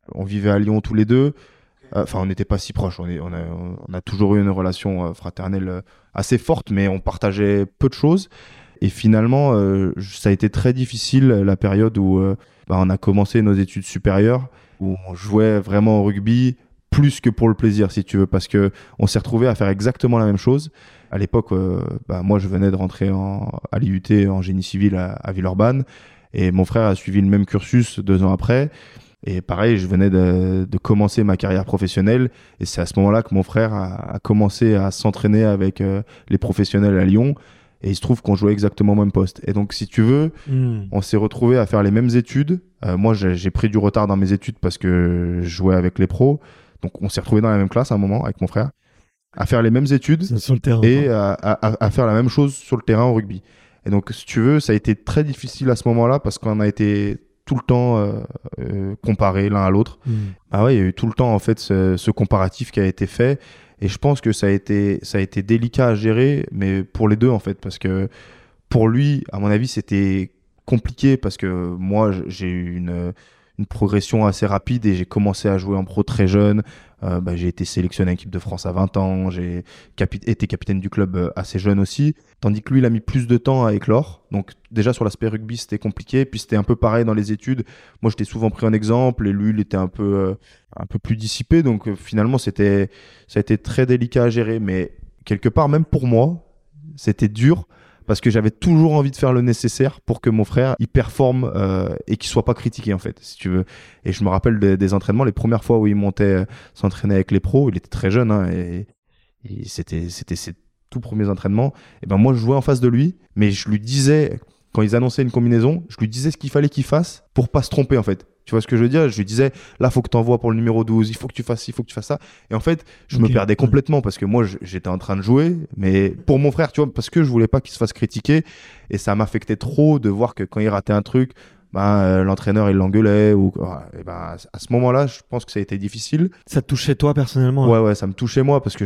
à Lyon tous les deux. Enfin, on n'était pas si proches. On a toujours eu une relation fraternelle assez forte, mais on partageait peu de choses. Et finalement, ça a été très difficile la période où on a commencé nos études supérieures, où on jouait vraiment au rugby plus que pour le plaisir, si tu veux, parce que on s'est retrouvé à faire exactement la même chose. À l'époque, moi, je venais de rentrer à l'IUT en génie civil à Villeurbanne, et mon frère a suivi le même cursus 2 ans après. Et pareil, je venais de commencer ma carrière professionnelle, et c'est à ce moment-là que mon frère a commencé à s'entraîner avec les professionnels à Lyon, et il se trouve qu'on jouait exactement au même poste. Et donc, si tu veux, on s'est retrouvé à faire les mêmes études. Moi, j'ai pris du retard dans mes études parce que je jouais avec les pros. Donc, on s'est retrouvé dans la même classe à un moment avec mon frère, à faire les mêmes études sur le terrain, et à faire la même chose sur le terrain au rugby. Et donc, si tu veux, ça a été très difficile à ce moment-là parce qu'on a été tout le temps comparés l'un à l'autre. Ah ouais, il y a eu tout le temps en fait ce comparatif qui a été fait, et je pense que ça a été délicat à gérer, mais pour les deux en fait, parce que pour lui, à mon avis, c'était compliqué parce que moi, j'ai eu une progression assez rapide et j'ai commencé à jouer en pro très jeune. J'ai été sélectionné en équipe de France à 20 ans, j'ai été capitaine du club assez jeune aussi, tandis que lui, il a mis plus de temps à éclore. Donc déjà sur l'aspect rugby, c'était compliqué, puis c'était un peu pareil dans les études. Moi, j'étais souvent pris en exemple, et lui, il était un peu plus dissipé, donc finalement, ça a été très délicat à gérer, mais quelque part, même pour moi, c'était dur, parce que j'avais toujours envie de faire le nécessaire pour que mon frère il performe et qu'il soit pas critiqué en fait, si tu veux. Et je me rappelle des entraînements, les premières fois où il montait s'entraîner avec les pros, il était très jeune, hein, et c'était ses tout premiers entraînements. Et ben moi je jouais en face de lui, mais je lui disais, quand ils annonçaient une combinaison, je lui disais ce qu'il fallait qu'il fasse pour pas se tromper en fait. Tu vois ce que je veux dire? Je lui disais, là, faut que t'envoies pour le numéro 12, il faut que tu fasses ci, il faut que tu fasses ça. Et en fait, je me perdais complètement parce que moi, j'étais en train de jouer, mais pour mon frère, tu vois, parce que je voulais pas qu'il se fasse critiquer. Et ça m'affectait trop de voir que quand il ratait un truc, l'entraîneur, il l'engueulait. Et à ce moment-là, je pense que ça a été difficile. Ça te touchait toi, personnellement? Ouais, ça me touchait moi parce que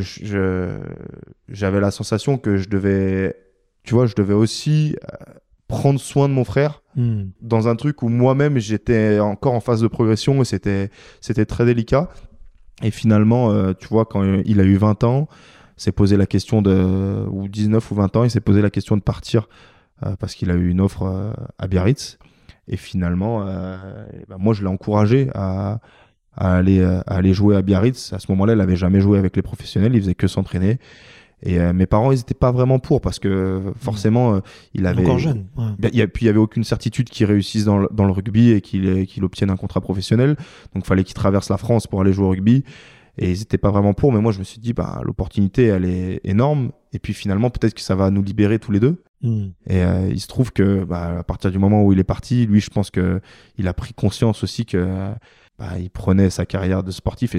j'avais la sensation que je devais aussi prendre soin de mon frère dans un truc où moi-même j'étais encore en phase de progression, et c'était très délicat. Et finalement, tu vois, quand il a eu 20 ans, s'est posé la question ou 19 ou 20 ans, il s'est posé la question de partir parce qu'il a eu une offre à Biarritz. Et finalement, moi je l'ai encouragé à aller jouer à Biarritz. À ce moment-là, il n'avait jamais joué avec les professionnels, il faisait que s'entraîner. Et mes parents, ils n'étaient pas vraiment pour, parce que forcément, il avait... Encore jeune. Ouais. Puis il n'y avait aucune certitude qu'il réussisse dans le rugby et qu'il obtienne un contrat professionnel. Donc il fallait qu'il traverse la France pour aller jouer au rugby. Et ils n'étaient pas vraiment pour. Mais moi, je me suis dit, l'opportunité, elle est énorme. Et puis finalement, peut-être que ça va nous libérer tous les deux. Et il se trouve que à partir du moment où il est parti, lui, je pense qu'il a pris conscience aussi que il prenait sa carrière de sportif.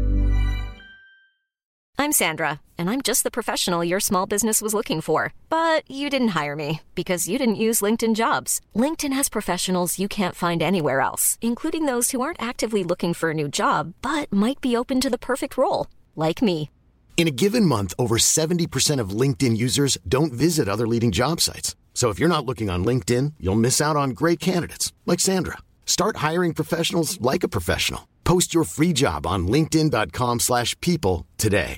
I'm Sandra, and I'm just the professional your small business was looking for. But you didn't hire me because you didn't use LinkedIn Jobs. LinkedIn has professionals you can't find anywhere else, including those who aren't actively looking for a new job, but might be open to the perfect role, like me. In a given month, over 70% of LinkedIn users don't visit other leading job sites. So if you're not looking on LinkedIn, you'll miss out on great candidates, like Sandra. Start hiring professionals like a professional. Post your free job on linkedin.com/people today.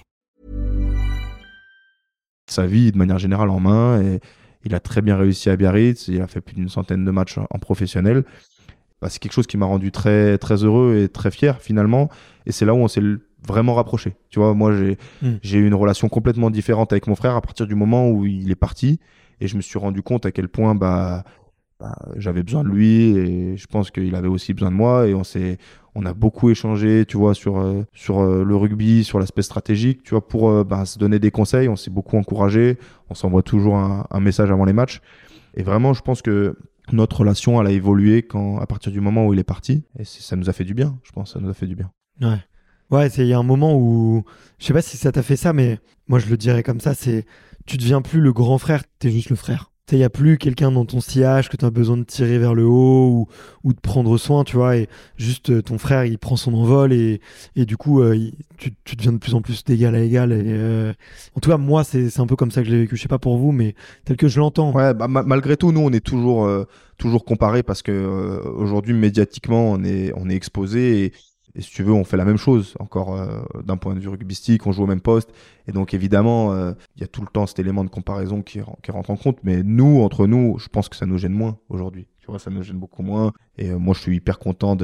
Sa vie de manière générale en main, et il a très bien réussi à Biarritz. Il a fait plus d'une centaine de matchs en professionnel. C'est quelque chose qui m'a rendu très, très heureux et très fier finalement, et c'est là où on s'est vraiment rapprochés. Tu vois, moi j'ai eu une relation complètement différente avec mon frère à partir du moment où il est parti, et je me suis rendu compte à quel point j'avais besoin de lui et je pense qu'il avait aussi besoin de moi et on a beaucoup échangé, tu vois, sur le rugby, sur l'aspect stratégique, tu vois, pour se donner des conseils. On s'est beaucoup encouragé. On s'envoie toujours un message avant les matchs. Et vraiment, je pense que notre relation, elle a évolué à partir du moment où il est parti. Et ça nous a fait du bien, je pense. Ça nous a fait du bien. Ouais. Ouais, il y a un moment où, je sais pas si ça t'a fait ça, mais moi je le dirais comme ça, tu deviens plus le grand frère, t'es juste le frère. Il n'y a plus quelqu'un dans ton sillage que tu as besoin de tirer vers le haut ou de prendre soin, tu vois, et juste ton frère, il prend son envol et du coup, tu deviens de plus en plus d'égal à égal. Et, en tout cas, moi, c'est un peu comme ça que je l'ai vécu. Je sais pas pour vous, mais tel que je l'entends. Ouais, malgré tout, nous, on est toujours comparés parce que aujourd'hui, médiatiquement, on est exposé et si tu veux, on fait la même chose encore d'un point de vue rugbystique, on joue au même poste. Et donc évidemment, il y a tout le temps cet élément de comparaison qui rentre en compte. Mais nous, entre nous, je pense que ça nous gêne moins aujourd'hui. Tu vois, ça nous gêne beaucoup moins. Et moi, je suis hyper content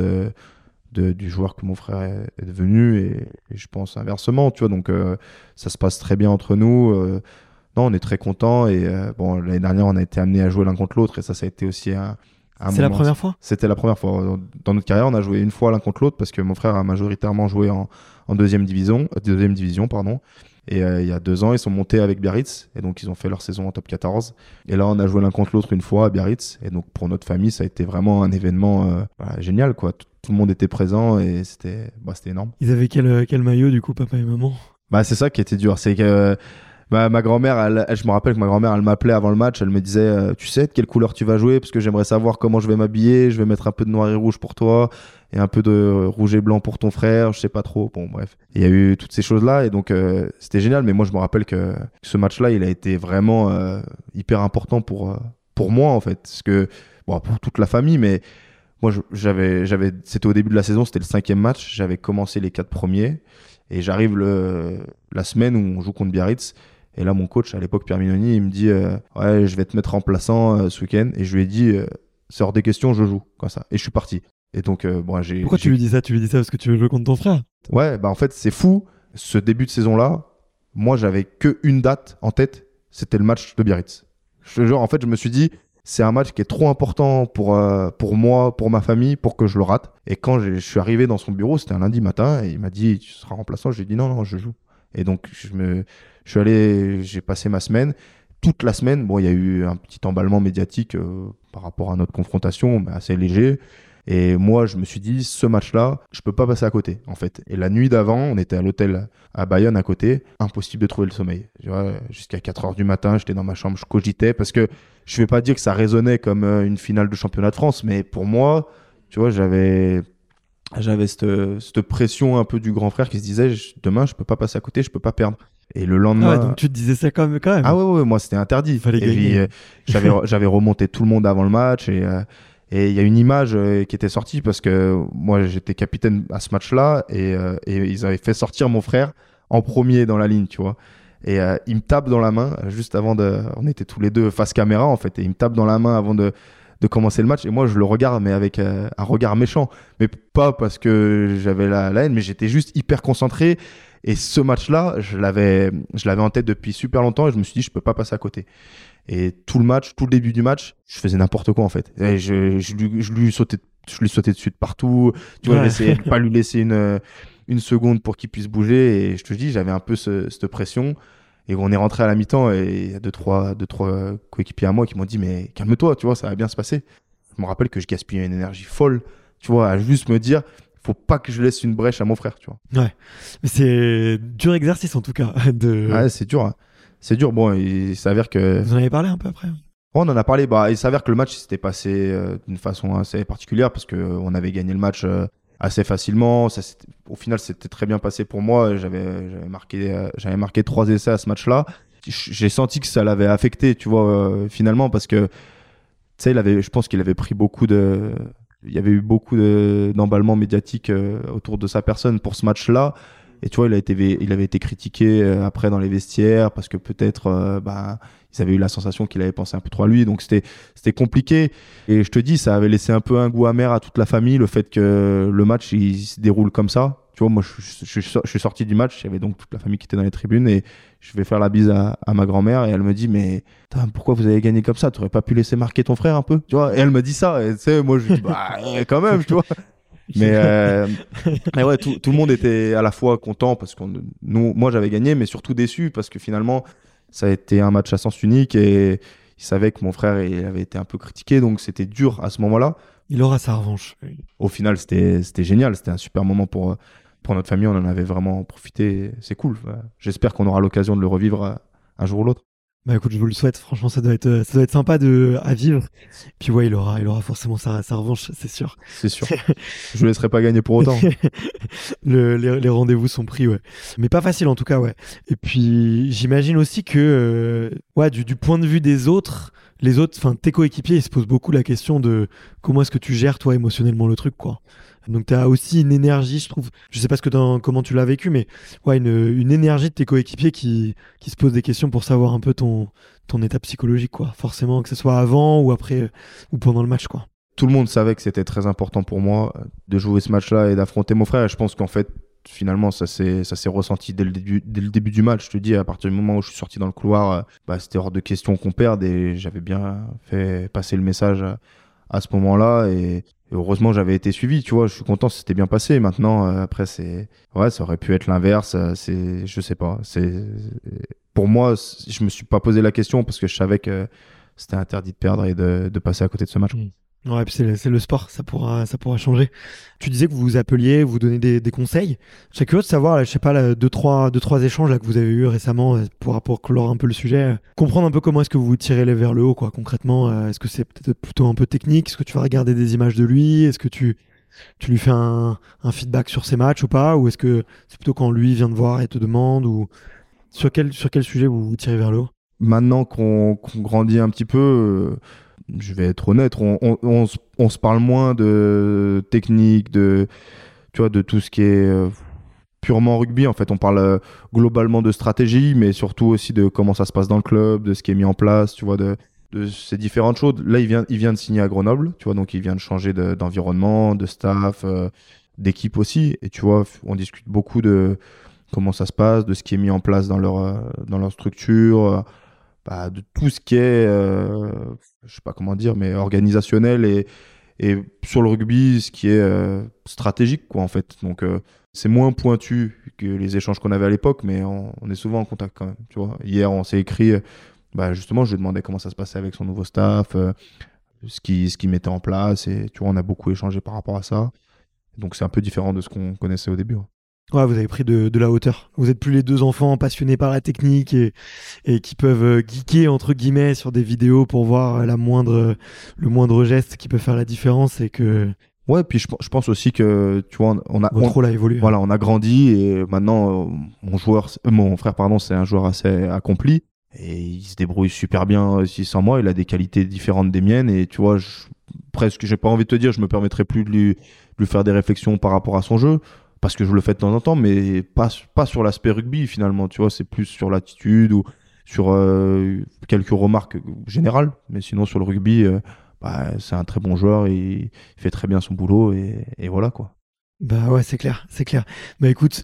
du joueur que mon frère est devenu. Et je pense inversement, tu vois. Donc ça se passe très bien entre nous. Non, on est très contents. Et l'année dernière, on a été amenés à jouer l'un contre l'autre. Et ça a été aussi c'est la première fois ? C'était la première fois. Dans notre carrière, on a joué une fois l'un contre l'autre parce que mon frère a majoritairement joué en deuxième division, pardon. Et il y a 2 ans, ils sont montés avec Biarritz et donc ils ont fait leur saison en top 14. Et là, on a joué l'un contre l'autre une fois à Biarritz. Et donc pour notre famille, ça a été vraiment un événement génial, quoi. Tout le monde était présent et c'était énorme. Ils avaient quel maillot du coup, papa et maman ? C'est ça qui était dur, c'est que ma grand-mère, je me rappelle que ma grand-mère, elle m'appelait avant le match, elle me disait tu sais de quelle couleur tu vas jouer parce que j'aimerais savoir comment je vais m'habiller, je vais mettre un peu de noir et rouge pour toi et un peu de rouge et blanc pour ton frère, je sais pas trop. Bon bref, il y a eu toutes ces choses-là et donc c'était génial, mais moi je me rappelle que ce match-là, il a été vraiment hyper important pour moi en fait, parce que pour toute la famille, mais moi c'était au début de la saison, c'était le 5e match, j'avais commencé les 4 premiers et j'arrive la semaine où on joue contre Biarritz. Et là, mon coach, à l'époque, Pierre Mignoni, il me dit ouais, je vais te mettre remplaçant ce week-end. Et je lui ai dit c'est hors des questions, je joue. Comme ça. Et je suis parti. Et donc, Pourquoi tu lui dis ça ? Tu lui dis ça parce que tu veux jouer contre ton frère ? Ouais, en fait, c'est fou. Ce début de saison-là, moi, j'avais qu'une date en tête. C'était le match de Biarritz. En fait, je me suis dit c'est un match qui est trop important pour moi, pour ma famille, pour que je le rate. Et quand je suis arrivé dans son bureau, c'était un lundi matin. Et il m'a dit tu seras remplaçant. Je lui ai dit non, je joue. Et donc, j'ai passé ma semaine. Toute la semaine, il y a eu un petit emballement médiatique par rapport à notre confrontation, mais assez léger. Et moi, je me suis dit, ce match-là, je peux pas passer à côté, en fait. Et la nuit d'avant, on était à l'hôtel à Bayonne, à côté. Impossible de trouver le sommeil. Tu vois, jusqu'à 4h du matin, j'étais dans ma chambre, je cogitais, parce que je vais pas dire que ça résonnait comme une finale de championnat de France, mais pour moi, tu vois, j'avais cette pression un peu du grand frère qui se disait demain je peux pas passer à côté, je peux pas perdre. Et le lendemain, donc tu te disais ça quand même. Ah ouais, moi c'était interdit. Il fallait gagner. Puis, j'avais remonté tout le monde avant le match et il y a une image qui était sortie parce que moi j'étais capitaine à ce match-là et ils avaient fait sortir mon frère en premier dans la ligne, tu vois. Et il me tape dans la main juste avant on était tous les deux face caméra en fait, et il me tape dans la main avant de commencer le match, et moi je le regarde mais avec un regard méchant, mais pas parce que j'avais la haine, mais j'étais juste hyper concentré. Et ce match-là, je l'avais en tête depuis super longtemps et je me suis dit je peux pas passer à côté. Et tout le début du match, je faisais n'importe quoi en fait. Et je lui sautais dessus de partout, tu vois. J'essayais de pas lui laisser une seconde pour qu'il puisse bouger, et je te dis, j'avais un peu cette pression. Et on est rentré à la mi-temps et il y a deux trois coéquipiers à moi qui m'ont dit mais calme-toi, tu vois, ça va bien se passer. Je me rappelle que je gaspillais une énergie folle, tu vois, à juste me dire faut pas que je laisse une brèche à mon frère, tu vois. Ouais, mais c'est dur exercice en tout cas. Ouais, c'est dur. Hein. C'est dur. Bon, il s'avère que... Vous en avez parlé un peu après ? On en a parlé. Il s'avère que le match s'était passé d'une façon assez particulière parce qu'on avait gagné le match assez facilement. Au final, c'était très bien passé pour moi. J'avais marqué 3 essais à ce match-là. J'ai senti que ça l'avait affecté, tu vois, finalement, parce que, tu sais, je pense qu'il avait pris il y avait eu beaucoup d'emballement médiatique autour de sa personne pour ce match-là. Et tu vois, il avait été critiqué après dans les vestiaires parce que peut-être ils avaient eu la sensation qu'il avait pensé un peu trop à lui. Donc c'était compliqué. Et je te dis, ça avait laissé un peu un goût amer à toute la famille, le fait que le match il se déroule comme ça. Tu vois, moi je suis sorti du match, il y avait donc toute la famille qui était dans les tribunes et je vais faire la bise à ma grand-mère et elle me dit mais pourquoi vous avez gagné comme ça? T'aurais pas pu laisser marquer ton frère un peu? Tu vois? Et elle me dit ça. Et tu sais, moi je dis quand même, tu vois. Mais ouais, tout le monde était à la fois content parce que moi j'avais gagné, mais surtout déçu parce que finalement ça a été un match à sens unique et il savait que mon frère il avait été un peu critiqué, donc c'était dur à ce moment-là. Il aura sa revanche. Au final, c'était génial, c'était un super moment pour notre famille, on en avait vraiment profité, c'est cool. J'espère qu'on aura l'occasion de le revivre un jour ou l'autre. Bah écoute, je vous le souhaite, franchement ça doit être sympa à vivre. Puis ouais, il aura forcément sa revanche, c'est sûr. C'est sûr. Je le laisserai pas gagner pour autant. Les rendez-vous sont pris, ouais. Mais pas facile en tout cas, ouais. Et puis j'imagine aussi que du point de vue des autres, enfin tes coéquipiers, ils se posent beaucoup la question de comment est-ce que tu gères toi émotionnellement le truc, quoi. Donc tu as aussi une énergie, je trouve, je sais pas comment tu l'as vécu, mais ouais, une énergie de tes coéquipiers qui se posent des questions pour savoir un peu ton état psychologique, quoi. Forcément, que ce soit avant ou après ou pendant le match, quoi. Tout le monde savait que c'était très important pour moi de jouer ce match-là et d'affronter mon frère. Et je pense qu'en fait, finalement, ça s'est ressenti dès le début du match. Je te dis, à partir du moment où je suis sorti dans le couloir, c'était hors de question qu'on perde et j'avais bien fait passer le message à ce moment-là et heureusement j'avais été suivi, tu vois, je suis content, c'était bien passé. Maintenant après ça aurait pu être l'inverse, je sais pas, pour moi je me suis pas posé la question parce que je savais que c'était interdit de perdre et de passer à côté de ce match. Ouais, puis c'est le sport, ça pourra changer. Tu disais que vous vous appeliez, vous donnez des conseils. Je serais curieux de savoir, je sais pas, deux, trois échanges là, que vous avez eu récemment pour clore un peu le sujet. Comprendre un peu comment est-ce que vous vous tirez vers le haut, quoi, concrètement. Est-ce que c'est peut-être plutôt un peu technique? Est-ce que tu vas regarder des images de lui? Est-ce que tu lui fais un feedback sur ses matchs ou pas? Ou est-ce que c'est plutôt quand lui vient te voir et te demande? Ou sur quel sujet vous vous tirez vers le haut? Maintenant qu'on grandit un petit peu... je vais être honnête, on se parle moins de technique, tu vois, de tout ce qui est purement rugby. En fait, on parle globalement de stratégie, mais surtout aussi de comment ça se passe dans le club, de ce qui est mis en place, tu vois, de ces différentes choses. Là, il vient de signer à Grenoble, tu vois, donc il vient de changer d'environnement, de staff, d'équipe aussi. Et tu vois, on discute beaucoup de comment ça se passe, de ce qui est mis en place dans leur structure, de tout ce qui est, je sais pas comment dire, mais organisationnel et sur le rugby, ce qui est stratégique, quoi, en fait. Donc, c'est moins pointu que les échanges qu'on avait à l'époque, mais on est souvent en contact quand même, tu vois. Hier, on s'est écrit, justement, je lui ai demandé comment ça se passait avec son nouveau staff, ce qu'il mettait en place, et tu vois, on a beaucoup échangé par rapport à ça. Donc, c'est un peu différent de ce qu'on connaissait au début. Ouais, vous avez pris de la hauteur. Vous êtes plus les deux enfants passionnés par la technique et qui peuvent geeker entre guillemets sur des vidéos pour voir le moindre geste qui peut faire la différence et que. Ouais, puis je pense aussi que tu vois, votre rôle a évolué. Voilà, on a grandi et maintenant mon frère c'est un joueur assez accompli et il se débrouille super bien aussi sans moi. Il a des qualités différentes des miennes et tu vois, presque, j'ai pas envie de te dire, je me permettrai plus de lui faire des réflexions par rapport à son jeu. Parce que je le fais de temps en temps, mais pas sur l'aspect rugby finalement, tu vois, c'est plus sur l'attitude ou sur quelques remarques générales, mais sinon sur le rugby, c'est un très bon joueur, il fait très bien son boulot et voilà quoi. Bah ouais, c'est clair. Bah écoute,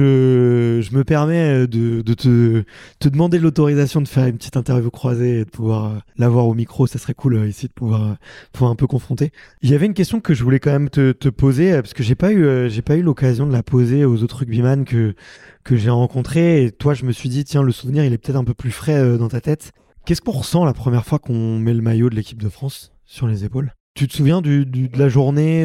je me permets de te demander l'autorisation de faire une petite interview croisée et de pouvoir l'avoir au micro, ça serait cool ici de pouvoir un peu confronter. Il y avait une question que je voulais quand même te poser parce que j'ai pas eu l'occasion de la poser aux autres rugbyman que j'ai rencontrés et toi je me suis dit tiens, le souvenir il est peut-être un peu plus frais dans ta tête. Qu'est-ce qu'on ressent la première fois qu'on met le maillot de l'équipe de France sur les épaules? Tu te souviens de la journée,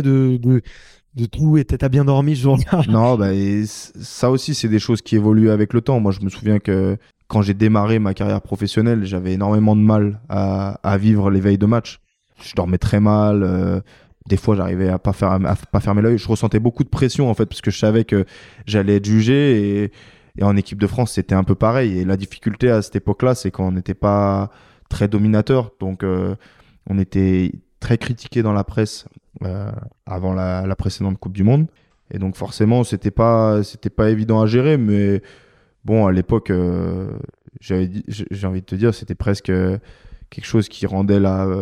de tout, et t'as bien dormi ce jour-là? Non, ça aussi, c'est des choses qui évoluent avec le temps. Moi, je me souviens que quand j'ai démarré ma carrière professionnelle, j'avais énormément de mal à vivre les veilles de match. Je dormais très mal. Des fois, j'arrivais à pas fermer l'œil. Je ressentais beaucoup de pression, en fait, parce que je savais que j'allais être jugé. Et en équipe de France, c'était un peu pareil. Et la difficulté à cette époque-là, c'est qu'on n'était pas très dominateur. Donc, on était très critiqué dans la presse avant la précédente Coupe du Monde. Et donc forcément, c'était pas évident à gérer, mais bon, à l'époque, j'ai envie de te dire, c'était presque quelque chose qui rendait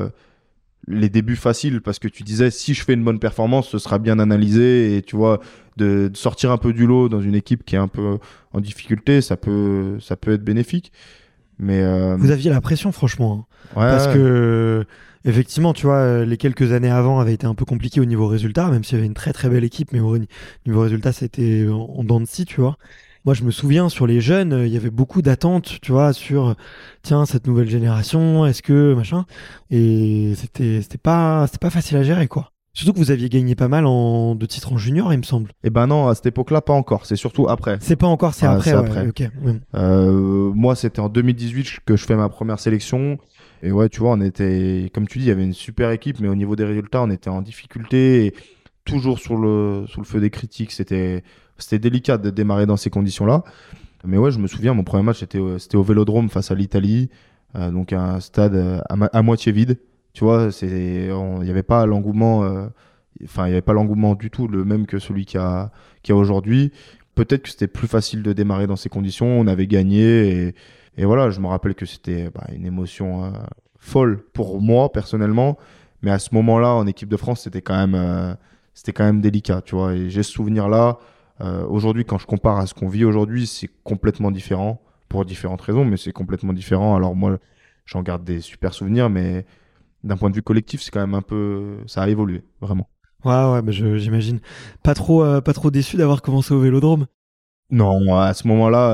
les débuts faciles, parce que tu disais, si je fais une bonne performance, ce sera bien analysé, et tu vois, de sortir un peu du lot dans une équipe qui est un peu en difficulté, ça peut être bénéfique. Mais vous aviez la pression, franchement, hein. Ouais, Parce que effectivement, tu vois, les quelques années avant avaient été un peu compliquées au niveau résultat, même s'il y avait une très très belle équipe, mais au niveau résultat, c'était en dents de scie, tu vois. Moi, je me souviens, sur les jeunes, il y avait beaucoup d'attentes, tu vois, sur, tiens, cette nouvelle génération, est-ce que, machin. Et c'était pas facile à gérer, quoi. Surtout que vous aviez gagné pas mal de titres en junior, il me semble. et ben non, à cette époque-là, pas encore. C'est surtout après. C'est pas encore, c'est Ah, après, c'est ouais, après. ok. Ouais. Moi, c'était en 2018 que je fais ma première sélection. Et ouais, tu vois, on était, comme tu dis, il y avait une super équipe, mais au niveau des résultats, on était en difficulté et toujours sous le feu des critiques. C'était délicat de démarrer dans ces conditions-là. Mais ouais, je me souviens, mon premier match, c'était au Vélodrome face à l'Italie. Donc un stade à moitié vide. Tu vois, il n'y avait pas l'engouement, il n'y avait pas l'engouement du tout, le même que celui qu'il y a aujourd'hui. Peut-être que c'était plus facile de démarrer dans ces conditions. On avait gagné et voilà, je me rappelle que c'était une émotion folle pour moi personnellement. Mais à ce moment-là, en équipe de France, c'était quand même délicat, tu vois. Et j'ai ce souvenir-là. Aujourd'hui, quand je compare à ce qu'on vit aujourd'hui, c'est complètement différent pour différentes raisons, mais c'est complètement différent. Alors moi, j'en garde des super souvenirs, mais d'un point de vue collectif, c'est quand même ça a évolué, vraiment. Ouais, bah j'imagine. Pas trop déçu d'avoir commencé au Vélodrome. Non, à ce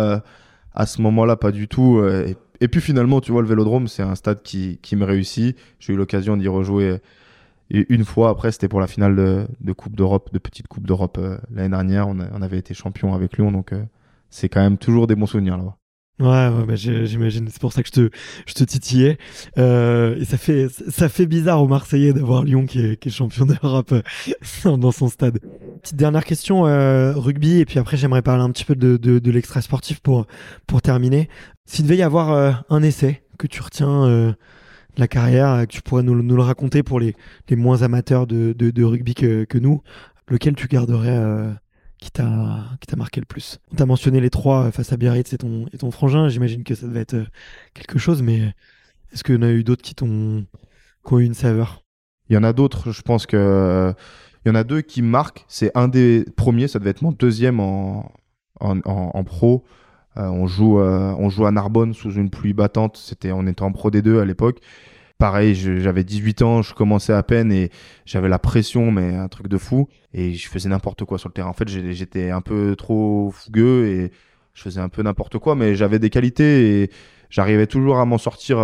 moment-là, pas du tout. Et puis finalement, tu vois, le Vélodrome, c'est un stade qui me réussit. J'ai eu l'occasion d'y rejouer une fois. Après, c'était pour la finale de Coupe d'Europe, de petite Coupe d'Europe l'année dernière. On avait été champion avec Lyon, donc c'est quand même toujours des bons souvenirs là-bas. Ouais, bah j'imagine. C'est pour ça que je te titillais. Et ça fait bizarre aux Marseillais d'avoir Lyon qui est champion d'Europe dans son stade. Petite dernière question, rugby, et puis après j'aimerais parler un petit peu de l'extra sportif pour terminer. S'il devait y avoir un essai que tu retiens de la carrière, que tu pourrais nous le raconter pour les moins amateurs de rugby que nous, lequel tu garderais qui t'a marqué le plus? On t'a mentionné les trois face à Biarritz et ton frangin, j'imagine que ça devait être quelque chose, mais est-ce qu'il y en a eu d'autres qui ont eu une saveur? Il y en a d'autres, je pense que il y en a deux qui marquent. C'est un des premiers, ça devait être mon deuxième en pro. On joue à Narbonne sous une pluie battante. On était en Pro D2 à l'époque. Pareil, j'avais 18 ans, je commençais à peine et j'avais la pression, mais un truc de fou. Et je faisais n'importe quoi sur le terrain. En fait, j'étais un peu trop fougueux et je faisais un peu n'importe quoi, mais j'avais des qualités et j'arrivais toujours à m'en sortir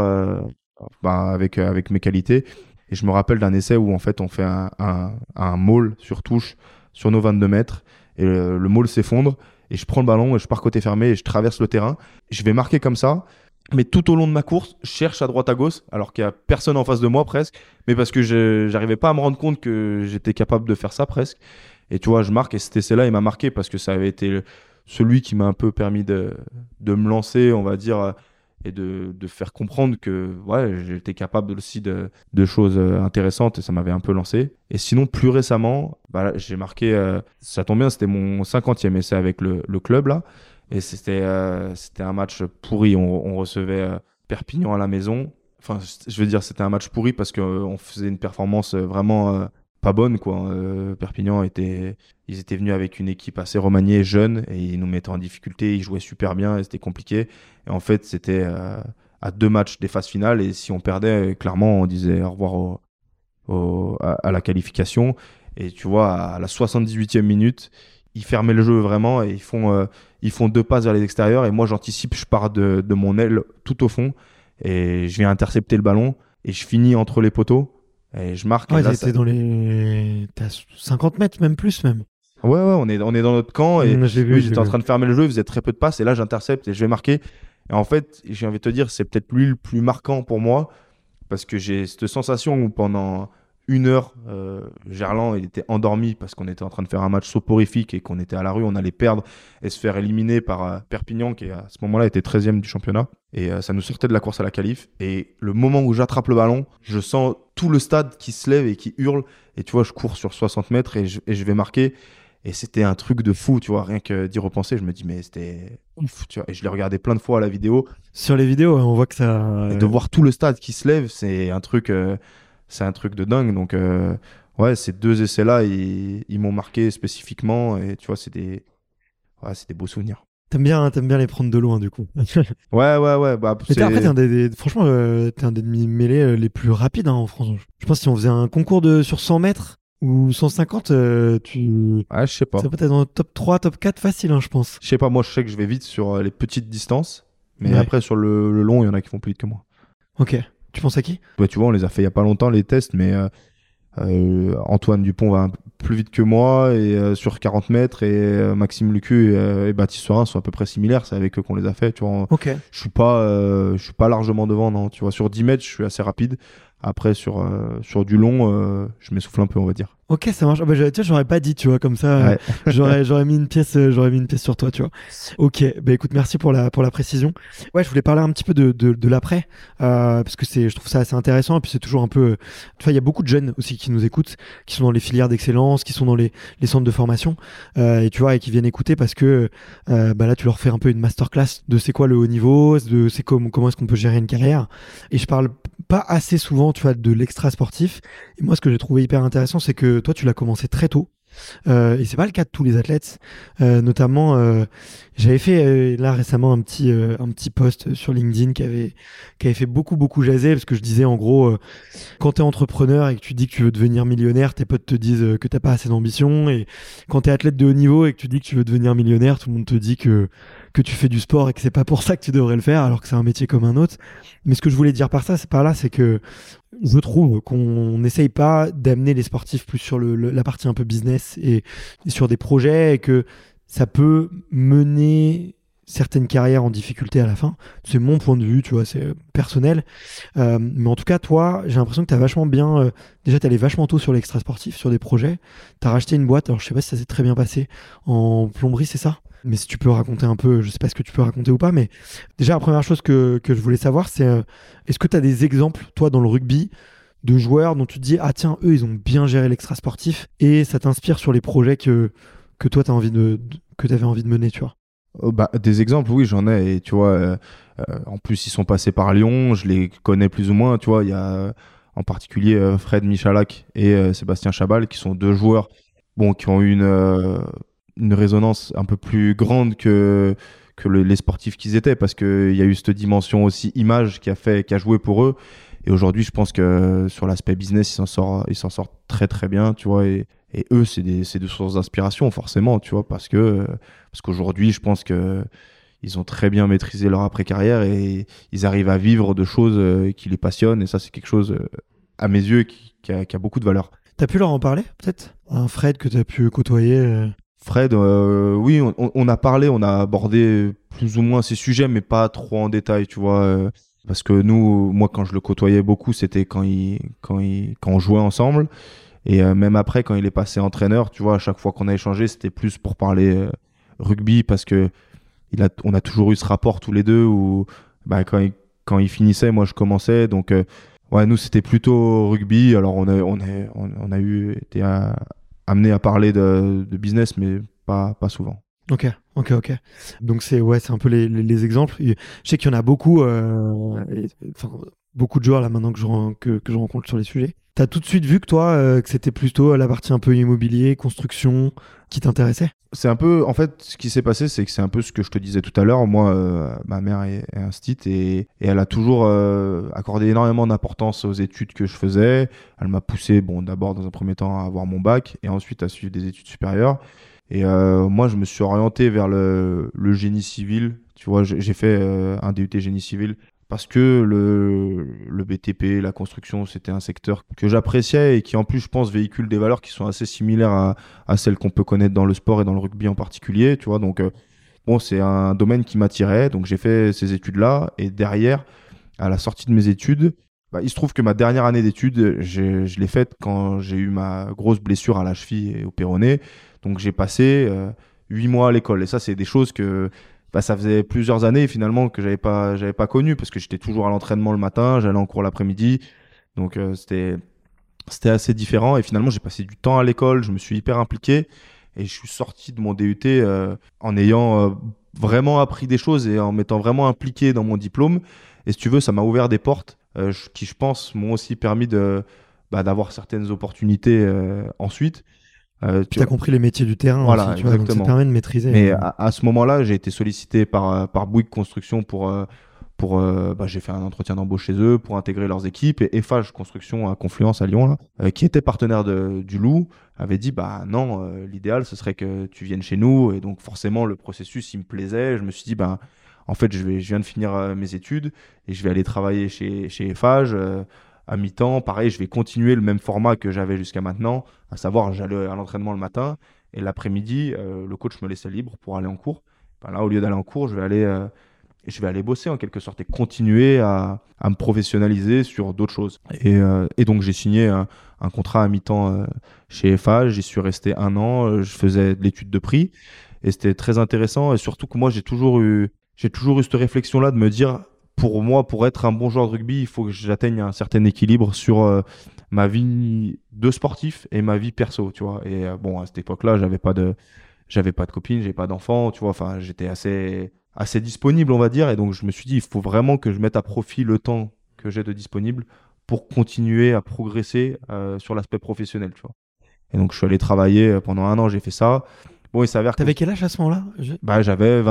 avec mes qualités. Et je me rappelle d'un essai où en fait on fait un maul sur touche sur nos 22 mètres et le maul s'effondre et je prends le ballon et je pars côté fermé et je traverse le terrain. Je vais marquer comme ça. Mais tout au long de ma course, je cherche à droite à gauche, alors qu'il n'y a personne en face de moi presque, mais parce que je n'arrivais pas à me rendre compte que j'étais capable de faire ça presque. Et tu vois, je marque, et cet essai-là, il m'a marqué parce que ça avait été celui qui m'a un peu permis de me lancer, on va dire, et de faire comprendre que ouais, j'étais capable aussi de choses intéressantes, et ça m'avait un peu lancé. Et sinon, plus récemment, j'ai marqué, ça tombe bien, c'était mon 50e essai avec le club là. Et c'était un match pourri. On recevait Perpignan à la maison. Enfin, je veux dire, c'était un match pourri parce qu'on faisait une performance vraiment pas bonne, quoi. Perpignan ils étaient venus avec une équipe assez remaniée, jeune, et ils nous mettaient en difficulté. Ils jouaient super bien et c'était compliqué. Et en fait, c'était à 2 matchs des phases finales. Et si on perdait, clairement, on disait au revoir à la qualification. Et tu vois, à la 78e minute, ils fermaient le jeu vraiment et ils font 2 passes vers les extérieurs et moi j'anticipe, je pars de mon aile tout au fond et je viens intercepter le ballon et je finis entre les poteaux et je marque. Ouais, t'es à 50 mètres, même plus même. Ouais, on est dans notre camp et j'étais en train de fermer le jeu, il faisait très peu de passes et là j'intercepte et je vais marquer. Et en fait, j'ai envie de te dire, c'est peut-être lui le plus marquant pour moi parce que j'ai cette sensation où pendant 1 heure, Gerland il était endormi parce qu'on était en train de faire un match soporifique et qu'on était à la rue, on allait perdre et se faire éliminer par Perpignan qui à ce moment-là était 13e du championnat et ça nous sortait de la course à la qualif. Et le moment où j'attrape le ballon, je sens tout le stade qui se lève et qui hurle et tu vois, je cours sur 60 mètres et je vais marquer Et c'était un truc de fou, tu vois, rien que d'y repenser, je me dis, mais c'était ouf, tu vois. Et je l'ai regardé plein de fois à la vidéo. Sur les vidéos, on voit que ça... Et de voir tout le stade qui se lève, c'est un truc de dingue. Donc, ouais, ces 2 essais-là, ils m'ont marqué spécifiquement. Et tu vois, c'est des beaux souvenirs. T'aimes bien les prendre de loin, du coup. Ouais. Bah, Après, franchement, t'es un des demi-mêlées les plus rapides en France. Je pense que si on faisait un concours sur 100 mètres ou 150, Ouais, je sais pas. ça peut être dans le top 3, top 4 facile, je pense. Je sais pas, moi, je sais que je vais vite sur les petites distances. Mais Ouais. après, sur le long, il y en a qui font plus vite que moi. Ok. Tu penses à qui ? Ouais, tu vois, on les a fait il y a pas longtemps, les tests, mais Antoine Dupont va un peu plus vite que moi et sur 40 mètres et Maxime Lucu et Baptiste Sorin sont à peu près similaires, c'est avec eux qu'on les a fait, tu vois. Ok. Je suis pas largement devant, non, tu vois. Sur 10 mètres, je suis assez rapide. Après, sur du long, je m'essouffle un peu, on va dire. Ok, ça marche. Ah bah, tiens, j'aurais pas dit, tu vois, comme ça, Ouais. j'aurais mis une pièce sur toi, tu vois. Ok, bah écoute, merci pour la précision. Ouais, je voulais parler un petit peu de l'après, parce que je trouve ça assez intéressant, et puis c'est toujours un peu, tu vois, il y a beaucoup de jeunes aussi qui nous écoutent, qui sont dans les filières d'excellence, qui sont dans les centres de formation, et tu vois, et qui viennent écouter parce que, bah là, tu leur fais un peu une masterclass de c'est quoi le haut niveau, comment est-ce qu'on peut gérer une carrière. Et je parle pas assez souvent, tu vois, de l'extra sportif. Et moi, ce que j'ai trouvé hyper intéressant, c'est que toi, tu l'as commencé très tôt. Et c'est pas le cas de tous les athlètes. Notamment, j'avais fait là récemment un petit post sur LinkedIn qui avait fait beaucoup jaser, parce que je disais en gros, quand t'es entrepreneur et que tu dis que tu veux devenir millionnaire, tes potes te disent que t'as pas assez d'ambition, et quand t'es athlète de haut niveau et que tu dis que tu veux devenir millionnaire, tout le monde te dit que tu fais du sport et que c'est pas pour ça que tu devrais le faire, alors que c'est un métier comme un autre. Mais ce que je voulais dire par ça, c'est que je trouve qu'on n'essaye pas d'amener les sportifs plus sur la partie un peu business et sur des projets, et que ça peut mener certaines carrières en difficulté à la fin. C'est mon point de vue, tu vois, c'est personnel. Mais en tout cas, toi, j'ai l'impression que t'as vachement bien... déjà, t'es allé vachement tôt sur l'extra sportif, sur des projets. T'as racheté une boîte, alors je sais pas si ça s'est très bien passé, en plomberie, c'est ça ? Mais si tu peux raconter un peu, je sais pas ce que tu peux raconter ou pas, mais déjà, la première chose que je voulais savoir, c'est est-ce que tu as des exemples, toi, dans le rugby, de joueurs dont tu te dis, ah tiens, eux, ils ont bien géré l'extra sportif, et ça t'inspire sur les projets que toi, t'avais envie de mener, tu vois? Bah, des exemples, oui, j'en ai. Et tu vois, en plus, ils sont passés par Lyon, je les connais plus ou moins. Tu vois, il y a en particulier Fred Michalak et Sébastien Chabal, qui sont 2 joueurs qui ont eu une résonance un peu plus grande que les sportifs qu'ils étaient, parce qu'il y a eu cette dimension aussi image qui a joué pour eux. Et aujourd'hui, je pense que sur l'aspect business, ils s'en sortent très très bien, tu vois. Et eux, c'est des sources d'inspiration, forcément, tu vois, parce qu'aujourd'hui, je pense que ils ont très bien maîtrisé leur après-carrière et ils arrivent à vivre de choses qui les passionnent. Et ça, c'est quelque chose, à mes yeux, qui a beaucoup de valeur. T'as pu leur en parler, peut-être? Un Fred que t'as pu côtoyer Fred, oui, on a parlé, on a abordé plus ou moins ces sujets, mais pas trop en détail, tu vois. Parce que moi, quand je le côtoyais beaucoup, c'était quand on jouait ensemble. Et même après, quand il est passé entraîneur, tu vois, à chaque fois qu'on a échangé, c'était plus pour parler rugby, parce que on a toujours eu ce rapport tous les deux où bah, quand il finissait, moi je commençais. Donc, ouais, nous, c'était plutôt rugby. Alors, on a été amené à parler de business, mais pas souvent. Ok. Donc c'est un peu les exemples. Et je sais qu'il y en a beaucoup, beaucoup de joueurs là maintenant que je rencontre sur les sujets. T'as tout de suite vu que toi, que c'était plutôt la partie un peu immobilier, construction, qui t'intéressait? C'est un peu, en fait, ce qui s'est passé, c'est que c'est un peu ce que je te disais tout à l'heure. Moi, ma mère est instit et elle a toujours accordé énormément d'importance aux études que je faisais. Elle m'a poussé, d'abord dans un premier temps à avoir mon bac et ensuite à suivre des études supérieures. Et moi, je me suis orienté vers le génie civil. Tu vois, j'ai fait un DUT génie civil parce que le BTP, la construction, c'était un secteur que j'appréciais et qui, en plus, je pense, véhicule des valeurs qui sont assez similaires à celles qu'on peut connaître dans le sport et dans le rugby en particulier. Tu vois, donc, c'est un domaine qui m'attirait. Donc, j'ai fait ces études-là. Et derrière, à la sortie de mes études, il se trouve que ma dernière année d'études, je l'ai faite quand j'ai eu ma grosse blessure à la cheville et au péroné. Donc, j'ai passé 8 mois à l'école. Et ça, c'est des choses que ça faisait plusieurs années finalement que j'avais pas connues, parce que j'étais toujours à l'entraînement le matin, j'allais en cours l'après-midi. Donc, c'était assez différent. Et finalement, j'ai passé du temps à l'école, je me suis hyper impliqué. Et je suis sorti de mon DUT en ayant vraiment appris des choses et en m'étant vraiment impliqué dans mon diplôme. Et si tu veux, ça m'a ouvert des portes qui, je pense, m'ont aussi permis d'avoir certaines opportunités ensuite. Tu as compris les métiers du terrain voilà, aussi, tu vois, donc ça te permet de maîtriser. Mais à ce moment-là, j'ai été sollicité par Bouygues Construction j'ai fait un entretien d'embauche chez eux pour intégrer leurs équipes. Et Eiffage Construction à Confluence à Lyon, là, qui était partenaire du Loup, avait dit non, l'idéal ce serait que tu viennes chez nous. Et donc forcément le processus il me plaisait. Je me suis dit en fait je viens de finir mes études et je vais aller travailler chez Eiffage à mi-temps. Pareil, je vais continuer le même format que j'avais jusqu'à maintenant, à savoir j'allais à l'entraînement le matin et l'après-midi le coach me laissait libre pour aller en cours. Là, au lieu d'aller en cours, je vais aller bosser en quelque sorte et continuer à me professionnaliser sur d'autres choses. Et donc j'ai signé un contrat à mi-temps chez Eiffage. J'y suis resté 1 an. Je faisais de l'étude de prix et c'était très intéressant. Et surtout que moi j'ai toujours eu cette réflexion-là de me dire, pour moi, pour être un bon joueur de rugby, il faut que j'atteigne un certain équilibre sur ma vie de sportif et ma vie perso, tu vois. Et à cette époque-là, j'avais pas de copine, j'avais pas d'enfant, tu vois. Enfin, j'étais assez disponible, on va dire. Et donc, je me suis dit, il faut vraiment que je mette à profit le temps que j'ai de disponible pour continuer à progresser sur l'aspect professionnel, tu vois. Et donc, je suis allé travailler pendant 1 an, j'ai fait ça. Bon, il s'avère T'avais quel âge à ce moment-là? J'avais